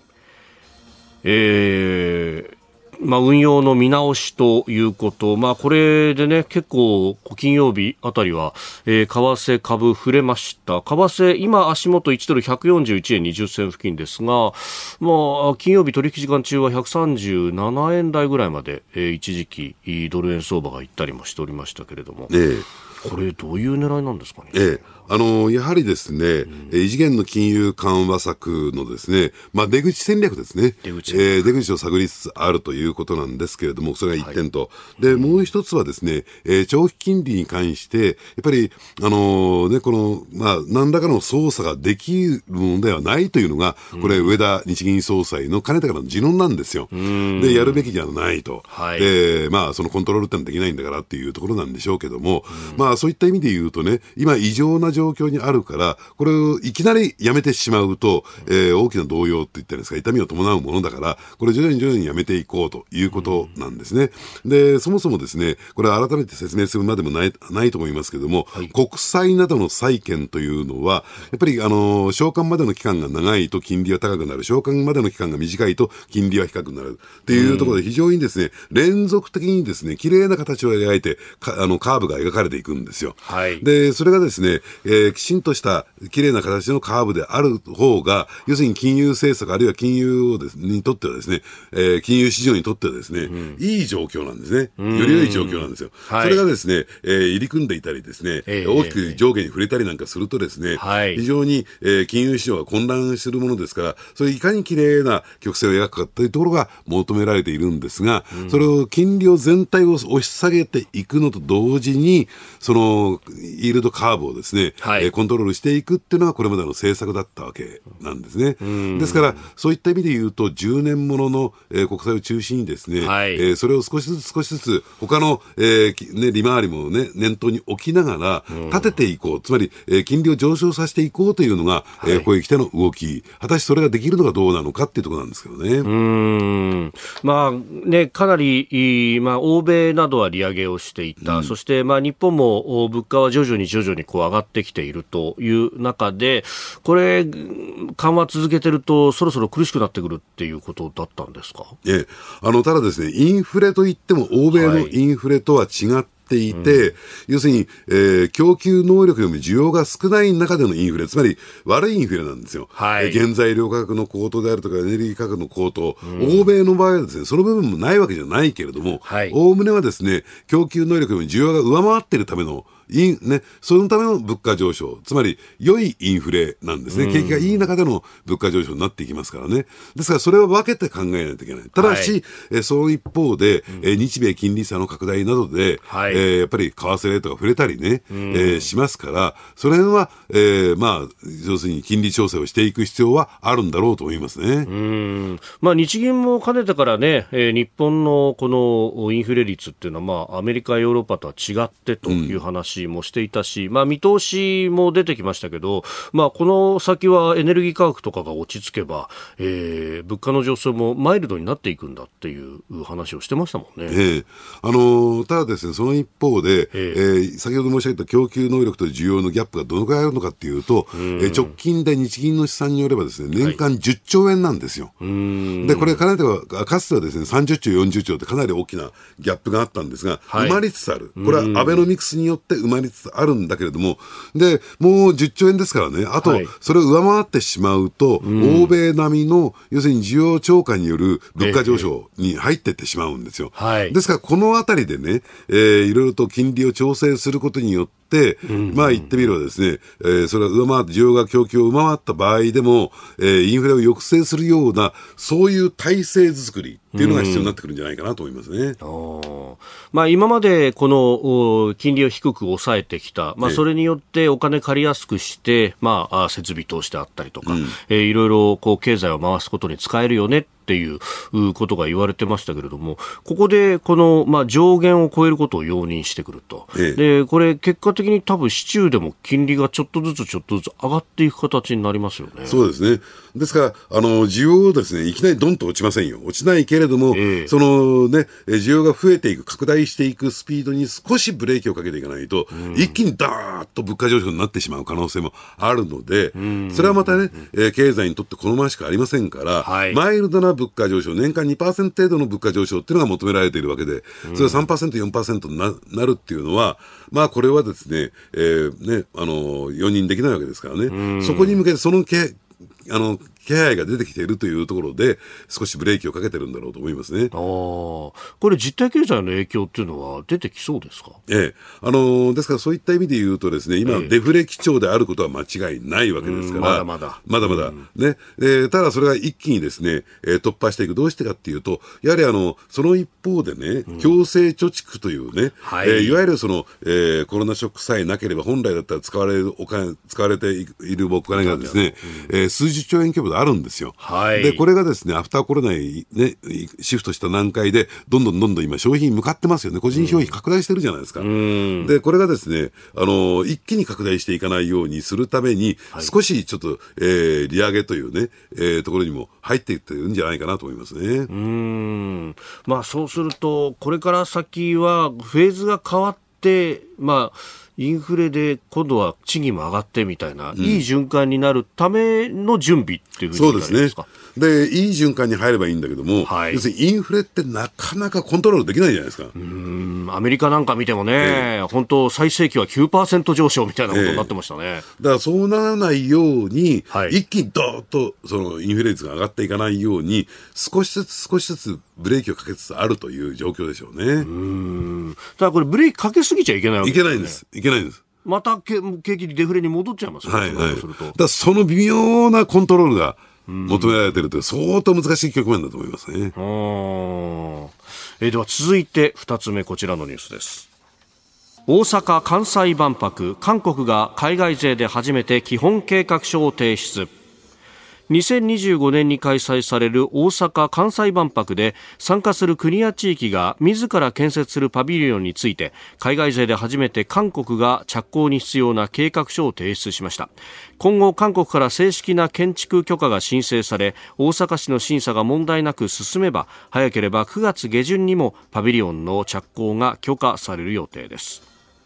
えーまあ、運用の見直しということ、まあ、これでね、結構金曜日あたりは、えー、為替株触れました。為替今足元いちドルひゃくよんじゅういちえんにじゅっせん付近ですが、まあ、金曜日取引時間中はひゃくさんじゅうななえん台ぐらいまで、えー、一時期ドル円相場が行ったりもしておりましたけれども、ええ、これどういう狙いなんですかね。 ええあのやはりですね、うん、異次元の金融緩和策のですね、まあ、出口戦略ですね、出口、えー、出口を探りつつあるということなんですけれども、それが一点と、はい、でもう一つはですね、えー、長期金利に関してやっぱり、あのーね、この、まあ、何らかの操作ができるものではないというのが、これ、うん、上田日銀総裁のかねてからの持論なんですよ。でやるべきじゃないと、はい、でまあ、そのコントロールってのはできないんだからっていうところなんでしょうけども、うん、まあ、そういった意味で言うとね、今異常な状況にあるから、これをいきなりやめてしまうと、えー、大きな動揺って言ったんですか、痛みを伴うものだから、これ徐々に徐々にやめていこうということなんですね。で、そもそもですね、これ改めて説明するまでもない、ないと思いますけども、はい、国債などの債券というのは、やっぱり、あの、償還までの期間が長いと金利は高くなる、償還までの期間が短いと金利は低くなるっていうところで非常にですね、連続的にですね、綺麗な形を描いて、あの、カーブが描かれていくんですよ。はい、で、それがですね、えー、きちんとした綺麗な形のカーブである方が、要するに金融政策あるいは金融をです、ね、にとってはですね、えー、金融市場にとってはですね、うん、いい状況なんですね。より良い状況なんですよ。はい、それがですね、えー、入り組んでいたりですね、えー、大きく上下に触れたりなんかするとですね、はい、非常に、えー、金融市場が混乱するものですから、それいかに綺麗な曲線を描くかというところが求められているんですが、うん、それを金利を全体を押し下げていくのと同時に、そのイールドカーブをですね、はい、えー、コントロールしていくっていうのがこれまでの政策だったわけなんですね。ですからそういった意味で言うとじゅうねんものの、えー、国債を中心にですね、はい、えー、それを少しずつ少しずつ他の、えーね、利回りも、ね、念頭に置きながら立てていこう、つまり、えー、金利を上昇させていこうというのが、はい、えー、こういう来ての動き、果たしてそれができるのかどうなのかっていうところなんですけどね。 うーん、まあね、かなり、まあ、欧米などは利上げをしていた、うん、そして、まあ、日本も物価は徐々に徐々にこう上がってきているという中で、これ緩和続けてるとそろそろ苦しくなってくるっていうことだったんですか。 ええ、あのただですね、インフレといっても欧米のインフレとは違ってていて、うん、要するに、えー、供給能力よりも需要が少ない中でのインフレ、つまり悪いインフレなんですよ。はい、原材料価格の高騰であるとかエネルギー価格の高騰、うん、欧米の場合はですね、その部分もないわけじゃないけれども、おおむねはですね、供給能力よりも需要が上回っているためのインね、そのための物価上昇、つまり良いインフレなんですね。景気がいい中での物価上昇になっていきますからね。ですからそれを分けて考えないといけない。ただし、はい、えその一方で、うん、日米金利差の拡大などで、はい、えー、やっぱり為替レートが触れたりね、うん、えー、しますから、その辺は、えー、まあ要するに金利調整をしていく必要はあるんだろうと思いますね。 うん、まあ日銀もかねてからね、えー、日本のこのインフレ率っていうのは、まあアメリカヨーロッパとは違ってという話、うんもしていたし、まあ、見通しも出てきましたけど、まあ、この先はエネルギー価格とかが落ち着けば、えー、物価の上昇もマイルドになっていくんだっていう話をしてましたもんね。 えーあのー、ただですね、その一方で、えーえー、先ほど申し上げた供給能力と需要のギャップがどのくらいあるのかっていうと、うえー、直近で日銀の試算によればですね、年間じゅっちょうえんなんですよ。はい、でこれかねてはかつてはですね、さんじゅっちょうよんじゅっちょうってかなり大きなギャップがあったんですが、はい、埋まりつつある。これはアベノミクスによって埋まりつつあるんだけれども、でもうじゅっちょうえんですからね、あと、はい、それを上回ってしまうと、うん、欧米並みの要するに需要超過による物価上昇に入っていってしまうんですよ。ええ、ですからこのあたりでね、えー、いろいろと金利を調整することによってでまあ言ってみればですね、えー、それは上回って需要が供給を上回った場合でも、えー、インフレを抑制するようなそういう体制作りっていうのが必要になってくるんじゃないかなと思いますね。 あ、まあ、今までこの金利を低く抑えてきた、まあ、それによってお金借りやすくして、まあ、設備投資であったりとか、うん、えー、いろいろこう経済を回すことに使えるよねっっていうことが言われてましたけれども、ここでこの、まあ、上限を超えることを容認してくると、ええ、でこれ結果的に多分市中でも金利がちょっとずつちょっとずつ上がっていく形になりますよね。 そうですね。ですからあの需要をですねいきなりドンと落ちませんよ。落ちないけれども、ええ、そのね需要が増えていく拡大していくスピードに少しブレーキをかけていかないと、うん、一気にダーッと物価上昇になってしまう可能性もあるので、うん、それはまたね、えー、経済にとって好ましくありませんから、はい、マイルドな物価上昇、年間 にパーセント 程度の物価上昇っていうのが求められているわけで、それが さんパーセント、よんパーセント に な, なるっていうのは、まあこれはですね、えー、ね、あの容認できないわけですからね。そこに向けてそのけあの気配が出てきているというところで少しブレーキをかけてるんだろうと思いますね。あ、 これ実体経済の影響っていうのは出てきそうですか？ ええ、あのー、ですからそういった意味で言うとですね、今、ええ、デフレ基調であることは間違いないわけですから、 まだまだまだまだ、ね、えー、ただそれが一気にですね、えー、突破していく。どうしてかっていうと、やはりあのその一方でね、強制貯蓄というね、はい、えー、いわゆるその、えー、コロナショックさえなければ本来だったら使われるお金使われているお金がですね、うん、えー、数十兆円規模であるんですよ。はい、でこれがですねアフターコロナに、ね、シフトした段階でどんどんどんどん今消費に向かってますよね。個人消費拡大してるじゃないですか、うん、でこれがですねあの一気に拡大していかないようにするために、はい、少しちょっと、えー、利上げというね、えー、ところにも入っていってるんじゃないかなと思いますね。 うーん、まあ、そうするとこれから先はフェーズが変わって、まあインフレで今度は賃金も上がってみたいな、うん、いい循環になるための準備っていうふうになりますか？そうですね。 でいい循環に入ればいいんだけども、はい、要するにインフレってなかなかコントロールできないじゃないですか。 うーん、アメリカなんか見てもね、えー、本当最盛期は きゅうパーセント 上昇みたいなことになってましたね。えー、 だからそうならないように、はい、一気にドーッとそのインフレ率が上がっていかないように少しずつ少しずつブレーキをかけつつあるという状況でしょうね。うーん、ただこれブレーキかけすぎちゃいけないわけですね。 いけないんです。いけないんです。 また景気デフレに戻っちゃいますよね。 はいはい、だからその微妙なコントロールが求められているという相当難しい局面だと思いますね。 あ、えー、では続いてふたつめ、こちらのニュースです。大阪・関西万博、韓国が海外勢で初めて基本計画書を提出。にせんにじゅうごねんに開催される大阪・関西万博で参加する国や地域が自ら建設するパビリオンについて海外勢で初めて韓国が着工に必要な計画書を提出しました。今後韓国から正式な建築許可が申請され、大阪市の審査が問題なく進めば早ければくがつげじゅんにもパビリオンの着工が許可される予定です。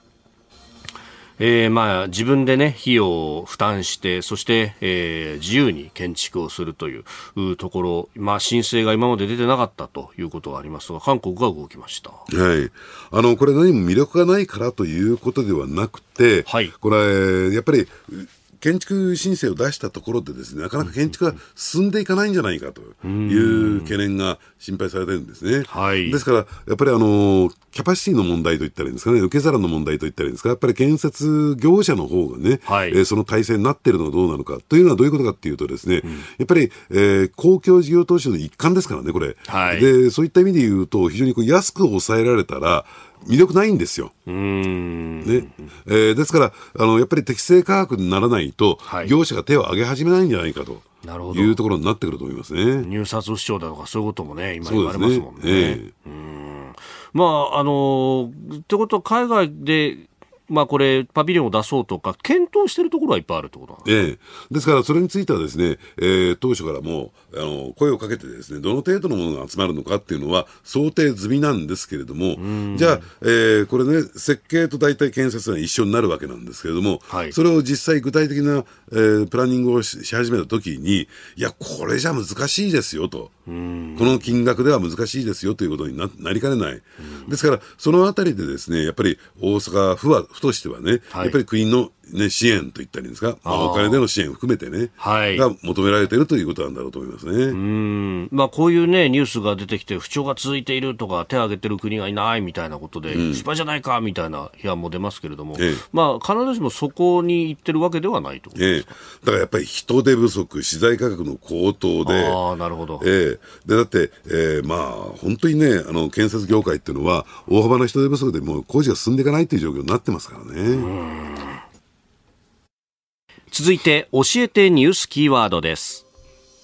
えー、まあ自分でね費用を負担してそして、えー、自由に建築をするというところ、まあ申請が今まで出てなかったということがありますが、韓国が動きました。 はい、あのこれ何も魅力がないからということではなくて、はい、これやっぱり建築申請を出したところでですね、なかなか建築が進んでいかないんじゃないかという懸念が心配されてるんですね。はい、ですからやっぱりあのキャパシティの問題といったらいいんですかね、受け皿の問題といったらいいんですか、やっぱり建設業者の方がね、はい、えー、その体制になっているのがどうなのかというのはどういうことかっていうとですね、うん、やっぱり、えー、公共事業投資の一環ですからねこれ、はい、でそういった意味で言うと非常にこう安く抑えられたら魅力ないんですよ。うーん、ね、えー、ですからあのやっぱり適正価格にならないと、はい、業者が手を挙げ始めないんじゃないかというところになってくると思いますね。 入札不祥だとかそういうこともね今言われますもんね。そうですね、えー、うーん、まああのってことは海外でまあ、これパビリオンを出そうとか検討しているところはいっぱいあるってことなんですね。 ええ、ですからそれについてはですね、えー、当初からもうあの声をかけてですねどの程度のものが集まるのかっていうのは想定済みなんですけれども、じゃあ、えー、これね設計と大体建設が一緒になるわけなんですけれども、はい、それを実際具体的な、えー、プランニングを し, し始めた時にいやこれじゃ難しいですよと、この金額では難しいですよということに な, なりかねない。ですからそのあたりでですねやっぱり大阪府は府としてはね、はい、やっぱり国のね、支援といったりですか、まあ、お金での支援を含めてね、はい、が求められているということなんだろうと思いますね。 うーん、まあ、こういう、ね、ニュースが出てきて不調が続いているとか手を挙げてる国がいないみたいなことで、うん、失敗じゃないかみたいな批判も出ますけれども、ええ、まあ、必ずしもそこに行ってるわけではないということですか。 ええ、だからやっぱり人手不足、資材価格の高騰で、 あ、なるほど、 ええ、でだって、ええ、まあ、本当にねあの建設業界っていうのは大幅な人手不足でもう工事が進んでいかないという状況になってますからね。うん、 続いて教えてニュースキーワードです。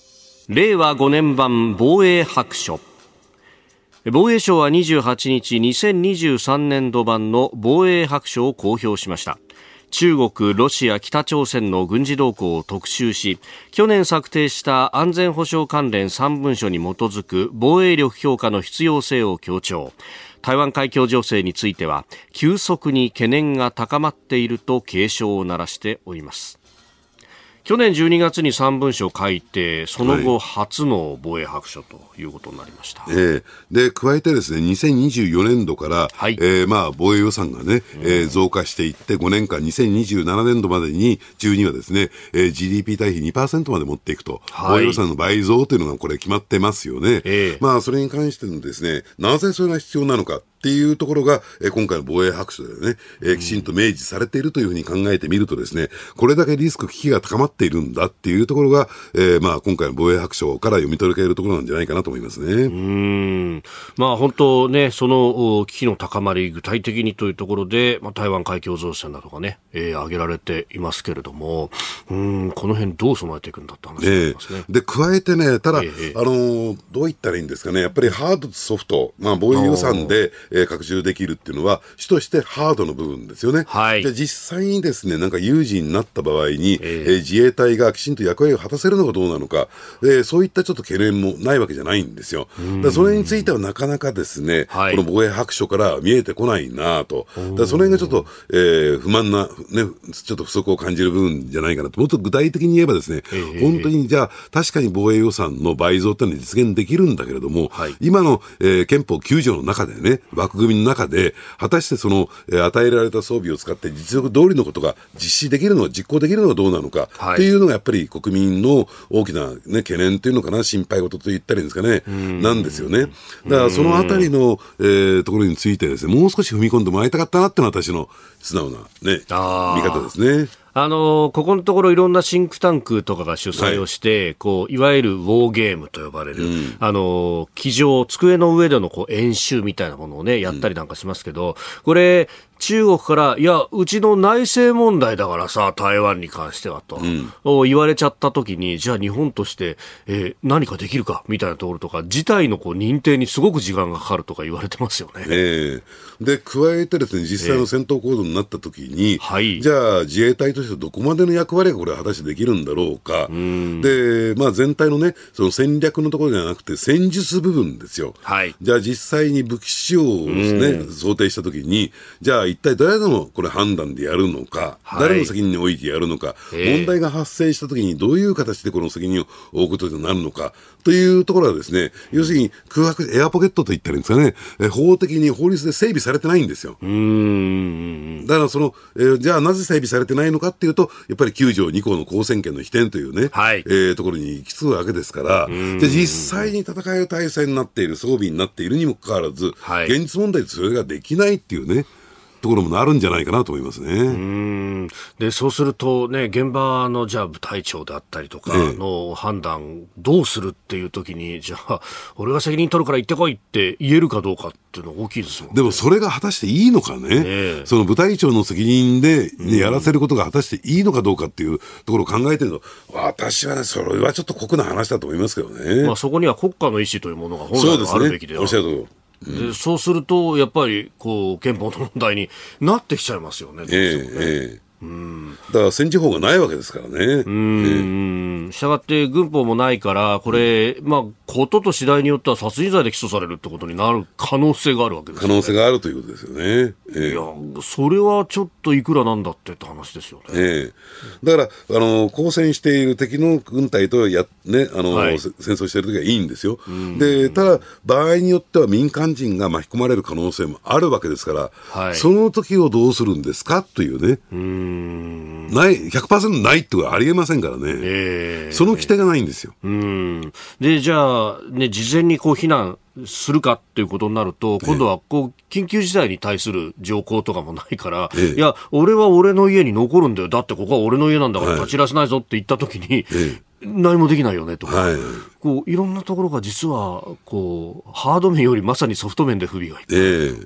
令和ごねん版防衛白書。防衛省はにじゅうはちにちにせんにじゅうさんねんど版の防衛白書を公表しました。中国、ロシア、北朝鮮の軍事動向を特集し、去年策定した安全保障関連さんぶんしょに基づく防衛力強化の必要性を強調。台湾海峡情勢については急速に懸念が高まっていると警鐘を鳴らしております。去年じゅうにがつにさんぶんしょを改定、その後初の防衛白書ということになりました。 はい、えー、で加えてですね、にせんにじゅうよねんどから、はい、えーまあ、防衛予算がね、えー、増加していってごねんかんにせんにじゅうななねんどまでに中にはですね、えー、ジーディーピー 対比 にパーセント まで持っていくと、はい、防衛予算の倍増というのがこれ決まってますよね。えー、まあそれに関してのですね、なぜそれが必要なのかっていうところが、えー、今回の防衛白書でね、えー、きちんと明示されているというふうに考えてみるとですね、これだけリスク危機が高まっているんだっていうところが、えー、まあ今回の防衛白書から読み取れるところなんじゃないかなと思いますね。 うーん、まあ本当ね、その危機の高まり具体的にというところで、まあ、台湾海峡情勢などがね、えー、挙げられていますけれども、うーん、この辺どう備えていくんだって話になりますね。 えー、で加えてね、ただ、えー、あのー、どう言ったらいいんですかね、やっぱりハードとソフト、まあ防衛予算で、えー、拡充できるっていうのは主としてハードの部分ですよね。はい、じゃあ実際にですね、なんか有事になった場合に、えーえー、自衛隊がきちんと役割を果たせるのかどうなのか、えー、そういったちょっと懸念もないわけじゃないんですよ。だからそれについてはなかなかですね、はい、この防衛白書から見えてこないなと。だからその辺がちょっと、えー、不満な、ね、ちょっと不足を感じる部分じゃないかなと。もっと具体的に言えばですね、えー、本当にじゃあ確かに防衛予算の倍増っていうのは実現できるんだけれども、はい、今の、えー、憲法きゅうじょうの中でね、枠組みの中で果たしてその、えー、与えられた装備を使って実力通りのことが実施できるのか実行できるのかどうなのか、はい、っていうのがやっぱり国民の大きな、ね、懸念というのかな、心配事と言ったらいいんですかね、なんですよね。だからそのあたりの、えー、ところについてですね、もう少し踏み込んでもらいたかったなっていうのは私の素直な、ね、見方ですね。 あのここのところいろんなシンクタンクとかが主催をして、はい、こういわゆるウォーゲームと呼ばれる、うん、あの机上机の上でのこう演習みたいなものをねやったりなんかしますけど、うん、これ中国からいやうちの内政問題だからさ台湾に関してはと、うん、言われちゃった時にじゃあ日本として、えー、何かできるかみたいなところとか事態のこう認定にすごく時間がかかるとか言われてますよね。 えー、で加えてですね、実際の戦闘行動になった時に、えーはい、じゃあ自衛隊としてどこまでの役割がこれは果たしてできるんだろうか。うんで、まあ、全体のねその戦略のところではなくて戦術部分ですよ。はい、じゃあ実際に武器使用をですね想定した時にじゃあ一体誰のこれ判断でやるのか、はい、誰の責任においてやるのか、えー、問題が発生したときにどういう形でこの責任を負うことになるのかというところはですね、要するに空白エアポケットといったらいいんですかね、え法的に法律で整備されてないんですよ。うーんだからその、えー、じゃあなぜ整備されてないのかっていうとやっぱりきゅうじょうにこうの交戦権の否定というね、はいえー、ところに行き着くわけですから、で実際に戦いの体制になっている装備になっているにもかかわらず、はい、現実問題でそれができないっていうねところもなるんじゃないかなと思いますね。うーんでそうするとね、現場のじゃあ部隊長であったりとかの判断どうするっていう時に、じゃあ俺が責任取るから行ってこいって言えるかどうかっていうのは大きいですもんね。 でもそれが果たしていいのかね、ねその部隊長の責任で、ね、やらせることが果たしていいのかどうかっていうところを考えてるの、私はねそれはちょっと酷な話だと思いますけどね。 まあ、そこには国家の意思というものが本来はあるべきである。 そうですね、おっしゃるとうん、でそうするとやっぱりこう憲法の問題になってきちゃいますよね。えーえーうんだから戦時法がないわけですからね。 うんしたがって軍法もないからこれ、まあ、ことと次第によっては殺人罪で起訴されるってことになる可能性があるわけですよね。 可能性があるということですよね。えー、いやそれはちょっといくらなんだってって話ですよね。 えー、だからあの交戦している敵の軍隊とや、ねあのはい、戦争しているときはいいんですよ。でただ場合によっては民間人が巻き込まれる可能性もあるわけですから、はい、その時をどうするんですかというね。うんない ひゃくパーセント ないってことはありえませんからね、えー、その規定がないんですよ。 うんでじゃあ、ね、事前にこう避難するかっていうことになると今度はこう緊急事態に対する条項とかもないから、えー、いや俺は俺の家に残るんだよ、だってここは俺の家なんだから立ち入らせないぞって言った時に、はいえー何もできないよねとか、はい、こういろんなところが実はこうハード面よりまさにソフト面で不備がいて、えー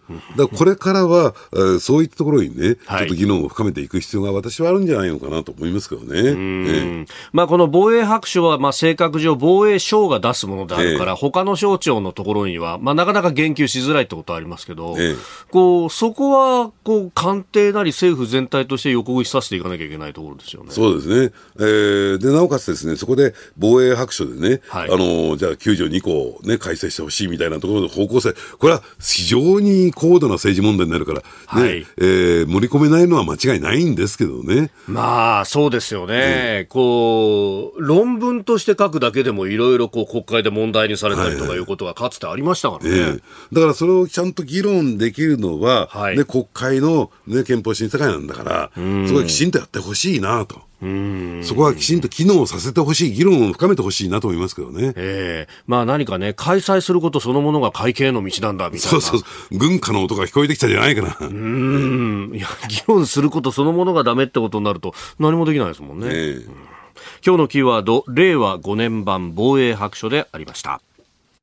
だからこれからは、えー、そういったところにね、 はい、 ちょっと議論を深めていく必要が私はあるんじゃないのかなと思いますけどね。うん、 えーまあ、この防衛白書は、まあ、性格上防衛省が出すものであるから、えー、他の省庁のところには、まあ、なかなか言及しづらいってことはありますけど、えー、こうそこはこう官邸なり政府全体として横串させていかなきゃいけないところですよね。 そうですね、えー、でなおかつですね、そこで防衛白書でね、はい、あのじゃあきゅうじょうにこを、ね、改正してほしいみたいなところの方向性、これは非常に高度な政治問題になるから、ね、はい、えー、盛り込めないのは間違いないんですけどね。 まあそうですよね、うん、こう論文として書くだけでもいろいろ国会で問題にされたりとかいうことがかつてありましたからね、はいはい、えー、だからそれをちゃんと議論できるのは、はい、ね、国会の、ね、憲法審査会なんだから、そこはきちんとやってほしいなと。うーん、そこはきちんと機能させてほしい、議論を深めてほしいなと思いますけどね。 えーまあ、何かね、開催することそのものが会計への道なんだみたいな、 そうそう、軍歌の音が聞こえてきたじゃないかな。うーん、いや、議論することそのものがダメってことになると何もできないですもんね、えーうん、今日のキーワード、れいわごねん版防衛白書でありました。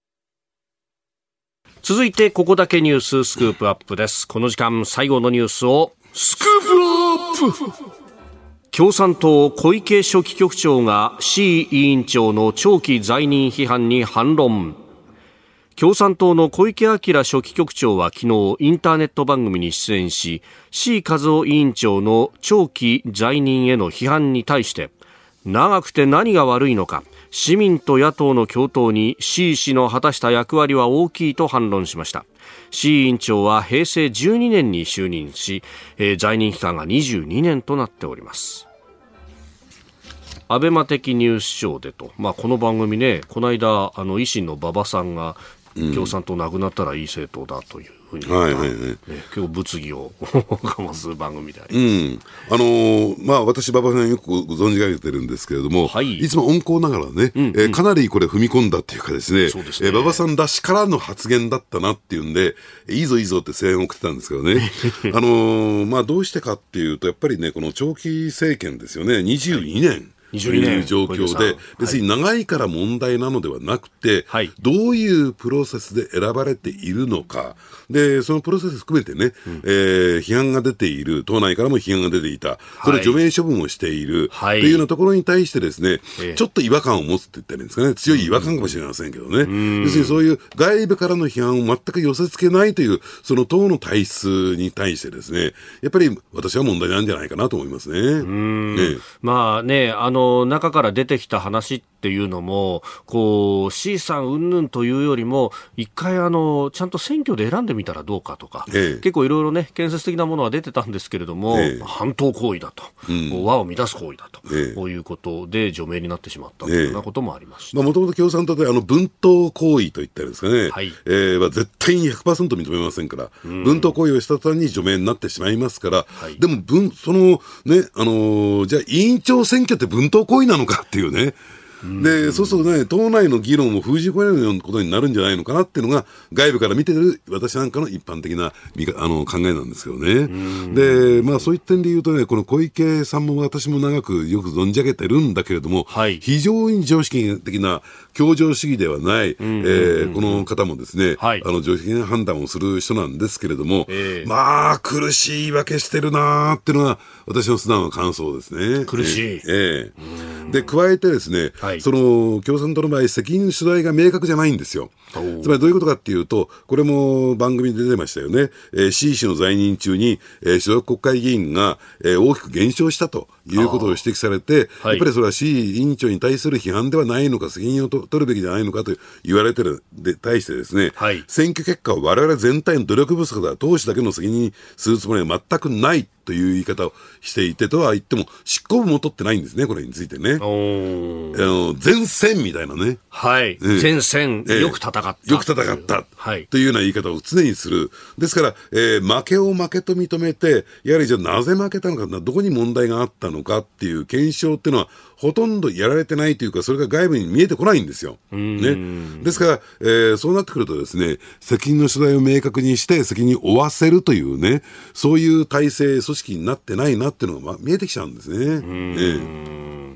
続いてここだけニューススクープアップです。この時間最後のニュースをスクープアップ。共産党小池書記局長が 志位委員長の長期在任批判に反論。共産党の小池晃書記局長は昨日インターネット番組に出演し、志位和夫委員長の長期在任への批判に対して、長くて何が悪いのか、市民と野党の共闘に志位氏の果たした役割は大きいと反論しました。志位委員長はへいせいじゅうにねんに就任し、えー、在任期間がにじゅうにねんとなっております。アベマ的ニュースショーでと、まあ、この番組ね、この間あの維新の馬場さんが、うん、共産党なくなったらいい政党だというふうに言った、はいはいはい、ね、結構物議を醸す番組であります、うん、 あのーまあ、私馬場さんよくご存じ上げてるんですけれども、はい、いつも温厚ながらね、うんうん、えー、かなりこれ踏み込んだっていうかですね、そうですね、えー、馬場さんらしからの発言だったなっていうんで、いいぞいいぞって声援を送ってたんですけどねあのーまあ、どうしてかっていうと、やっぱりね、この長期政権ですよね、にじゅうにねん、はい、という状況で、別に長いから問題なのではなくて、はい、どういうプロセスで選ばれているのか、でそのプロセス含めてね、うん、えー、批判が出ている、党内からも批判が出ていた、それを除名処分をしている、はい、というようなところに対してですね、はい、ちょっと違和感を持つって言ったらいいんですかね、強い違和感かもしれませんけどね、うん、要するにそういう外部からの批判を全く寄せ付けないという、その党の体質に対してですね、やっぱり私は問題なんじゃないかなと思いますね。うん、 ね、まあね、あの中から出てきた話っていうのも、こう C さん云々というよりも、一回あのちゃんと選挙で選んでみたらどうかとか、ええ、結構いろいろね、建設的なものは出てたんですけれども、ええ、反党行為だと、うん、和を乱す行為だと、ええ、こういうことで除名になってしまったというようなこともありました。 もともと共産党であの分党行為といったんですかね、はい、えー、は絶対に ひゃくパーセント 認めませんから、うん、分党行為をした途端に除名になってしまいますから、はい、でも分そのね、あのー、じゃあ委員長選挙って分党行為なのかっていうね、でそうするとね、党内の議論を封じ込めるようなことになるんじゃないのかなっていうのが、外部から見てる私なんかの一般的なあの考えなんですけどね。で、まあ、そういった点で言うとね、この小池さんも私も長くよく存じ上げてるんだけれども、はい、非常に常識的な協情主義ではない、えー、この方もですね、はい、あの常識的な判断をする人なんですけれども、えー、まあ苦しい言い訳してるなーっていうのが私の素直な感想ですね。 苦しい、えーえー、で加えてですね、はい、その共産党の場合、責任所在が明確じゃないんですよ。つまりどういうことかっていうと、これも番組で出てましたよね。えー、志位氏の在任中に、えー、所属国会議員が、えー、大きく減少したということを指摘されて、やっぱりそれは志位委員長に対する批判ではないのか、責任をと取るべきじゃないのかと言われてるで対してですね、はい、選挙結果は我々全体の努力不足だ、党首だけの責任にするつもりは全くないという言い方をしていて、とは言っても執行部も取ってないんですね、これについてね。おあの前線みたいなね、 はい、ね、前線、えー、よく戦った、 よく戦った、はい、というような言い方を常にする。ですから、えー、負けを負けと認めて、やはりじゃあなぜ負けたのか、どこに問題があったのかっていう検証っていうのはほとんどやられてないというか、それが外部に見えてこないんですよ。ね、ですから、えー、そうなってくるとですね、責任の所在を明確にして責任を負わせるというね、そういう体制組織になってないなっていうのが、まあ、見えてきちゃうんですね。うん、えー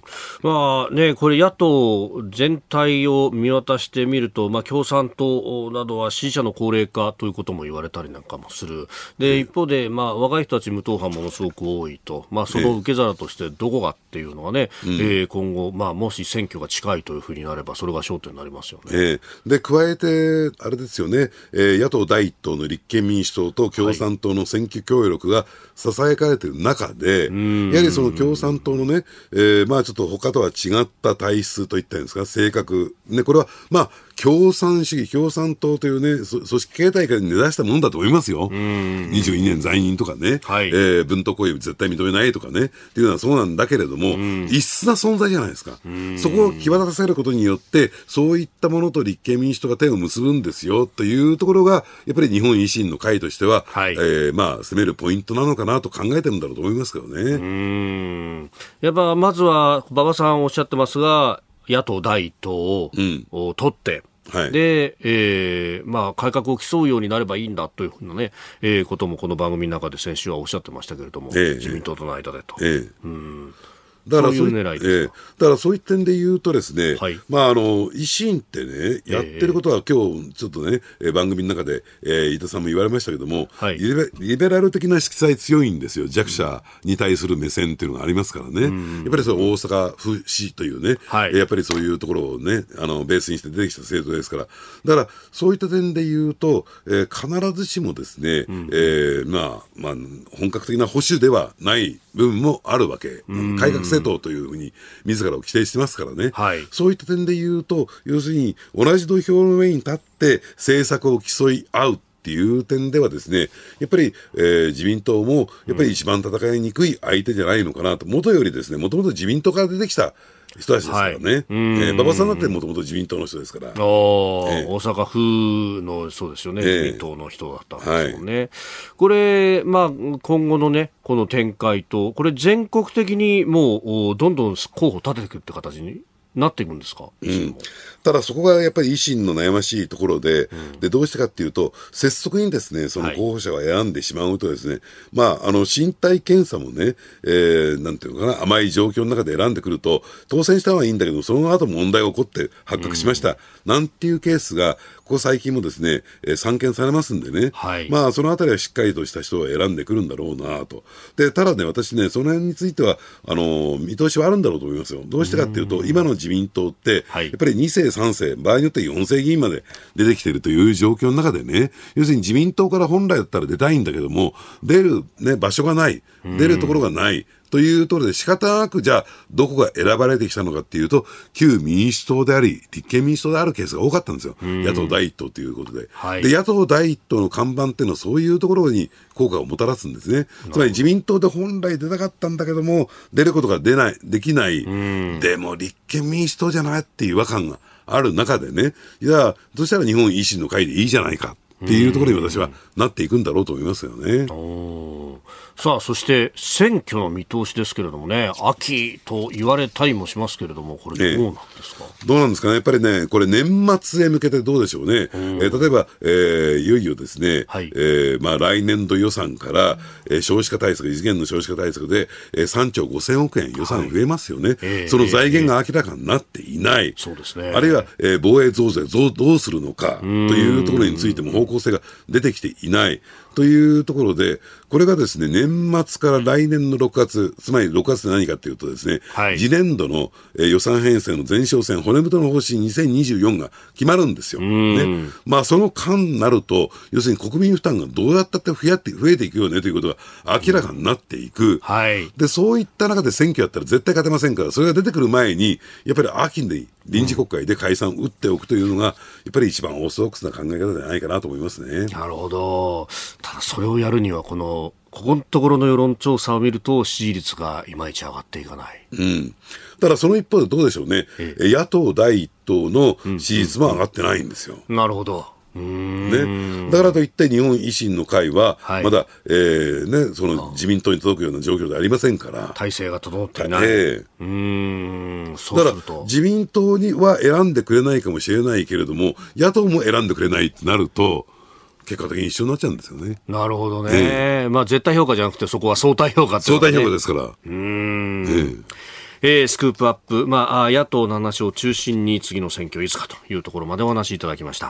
まあね、これ野党全体を見渡してみると、まあ、共産党などは支持者の高齢化ということも言われたりなんかもする。で、一方で、まあ、若い人たち無党派ものすごく多いと、まあ、その受け皿としてどこがっていうのはね、えーえー、今後、まあ、もし選挙が近いというふうになればそれが焦点になりますよね。 えー、で加えてあれですよね、えー、野党第一党の立憲民主党と共産党の選挙協力がささやかれている中で、はい、やはりその共産党のね、えー、まあちょっと他とは違った体質といったんですか、性格、ね、これはまあ共産主義、共産党というね、組織形態から根ざしたものだと思いますよ。にじゅうにねん在任とかね、はい、えー、文徳行為絶対認めないとかね、っていうのはそうなんだけれども、異質な存在じゃないですか。そこを際立たせることによって、そういったものと立憲民主党が手を結ぶんですよ、というところが、やっぱり日本維新の会としては、はい、えー、まあ、攻めるポイントなのかなと考えてるんだろうと思いますけどね。うーん、やっぱ、まずは、馬場さんおっしゃってますが、野党第一党を、うん、取って、はい、で、えーまあ、改革を競うようになればいいんだというふうな、ね、えー、こともこの番組の中で先週はおっしゃってましたけれども、えー、自民党との間でと、えー、うんだからそういう狙いですか。 えー、だからそういう点で言うとですね、はい、まあ、あの維新ってねやってることは、えー、今日ちょっとね、えー、番組の中で、えー、伊田さんも言われましたけども、はい、リベ、リベラル的な色彩強いんですよ。弱者に対する目線っていうのがありますからね、うん、やっぱりその大阪府市というね、はい、やっぱりそういうところをねあのベースにして出てきた制度ですから、だからそういった点で言うと、えー、必ずしもですね、うん、えー、まあまあ本格的な保守ではない部分もあるわけ。改革政党というふうに自らを規定してますからね、はい、そういった点で言うと、要するに同じ土俵の上に立って政策を競い合うっていう点ではですね、やっぱり、えー、自民党もやっぱり一番戦いにくい相手じゃないのかなと。もとよりですね、もともと自民党から出てきた人たちですからね、はい、えー、馬場さんだってもともと自民党の人ですから、えー、 大阪府のそうですよね、えー、自民党の人だったんですよね、はい、これ、まあ、今後のねこの展開と、これ全国的にもうどんどん候補立てていくって形になっていくんですか、 うん、ただそこがやっぱり維新の悩ましいところで、うん、でどうしてかっていうと、拙速にですねその候補者を選んでしまうとですね、はい、まあ、あの身体検査もね、えー、なんていうのかな、甘い状況の中で選んでくると当選したのはいいんだけど、その後問題が起こって発覚しました、うん、なんていうケースがここ最近もですね、えー、散見されますんでね、はい、まあそのあたりはしっかりとした人を選んでくるんだろうなと。でただね、私ねその辺についてはあの見通しはあるんだろうと思いますよ。どうしてかっていうと、うん、今の自民党って、はい、やっぱりに世さん世、場合によってよん世議員まで出てきているという状況の中でね、要するに自民党から本来だったら出たいんだけども、出る、ね、場所がない、出るところがないというところで仕方なく、じゃあどこが選ばれてきたのかっていうと、旧民主党であり立憲民主党であるケースが多かったんですよ、野党第一党ということで、はい、で野党第一党の看板っていうのはそういうところに効果をもたらすんですね。つまり自民党で本来出たかったんだけども出ることが出ないできない、でも立憲民主党じゃないっていう違和感がある中でね、いやそしたら日本維新の会でいいじゃないかっていうところに私はなっていくんだろうと思いますよね。 おさあ、そして選挙の見通しですけれどもね、秋と言われたりもしますけれども、これどうなんですか、 えー、どうなんですかね。やっぱりね、これ年末へ向けてどうでしょうね。えー、例えば、えー、いよいよですね、はい、えーまあ、来年度予算から、えー、少子化対策、異次元の少子化対策で、えー、さんちょうごせんおくえん予算増えますよね、はい、えー、その財源が明らかになっていない、えー、 そうですね、 あるいは、えー、防衛増税どうするのかというところについても方向性が出てきていないというところで、これがですね、年末から来年のろくがつ、つまりろくがつって何かというとですね、はい、次年度の、えー、予算編成の前哨戦、骨太の方針にせんにじゅうよんが決まるんですよ。ね、まあその間になると、要するに国民負担がどうやったって増えて、増えていくよねということが明らかになっていく。はい、で、そういった中で選挙やったら絶対勝てませんから、それが出てくる前に、やっぱり秋で臨時国会で解散を打っておくというのが、やっぱり一番オーソドックスな考え方じゃないかなと思いますね。 なるほど。ただそれをやるにはこのここのところの世論調査を見ると支持率がいまいち上がっていかない、 うん、ただその一方でどうでしょうね、ええ、野党第一党の支持率も上がってないんですよ、 うんうん、なるほど。うーん、ね、だからといって日本維新の会はまだ、はい、えーね、その自民党に届くような状況ではありませんから、 体制が整っていない、えー、うーんそうするとだから自民党には選んでくれないかもしれないけれども野党も選んでくれないってなると結果的に一緒になっちゃうんですよね。 なるほどね、えーまあ、絶対評価じゃなくてそこは相対評価っていうのが、ね、 相対評価ですから。 うーん、えーえー、スクープアップ、まあ、野党ななしょを中心に次の選挙いつかというところまでお話しいただきました。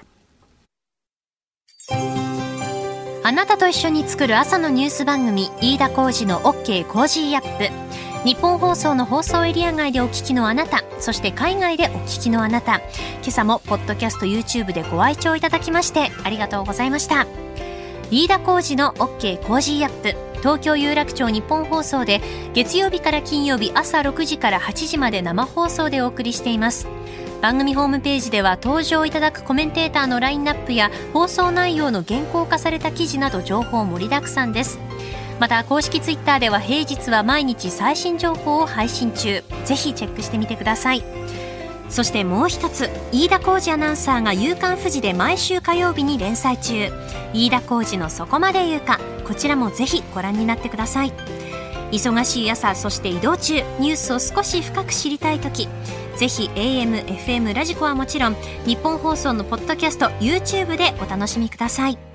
あなたと一緒に作る朝のニュース番組、飯田浩司の OK コージーアップ。日本放送の放送エリア外でお聞きのあなた、そして海外でお聞きのあなた、今朝もポッドキャスト YouTube でご愛聴いただきましてありがとうございました。飯田浩司の OK コージーアップ、東京有楽町日本放送で月曜日から金曜日朝ろくじからはちじまで生放送でお送りしています。番組ホームページでは登場いただくコメンテーターのラインナップや放送内容の原稿化された記事など情報盛りだくさんです。また公式ツイッターでは平日は毎日最新情報を配信中、ぜひチェックしてみてください。そしてもう一つ、飯田浩司アナウンサーが夕刊フジで毎週火曜日に連載中、飯田浩司のそこまで言うか、こちらもぜひご覧になってください。忙しい朝、そして移動中、ニュースを少し深く知りたいとき、ぜひ エーエム、エフエム ラジコはもちろん日本放送のポッドキャスト YouTube でお楽しみください。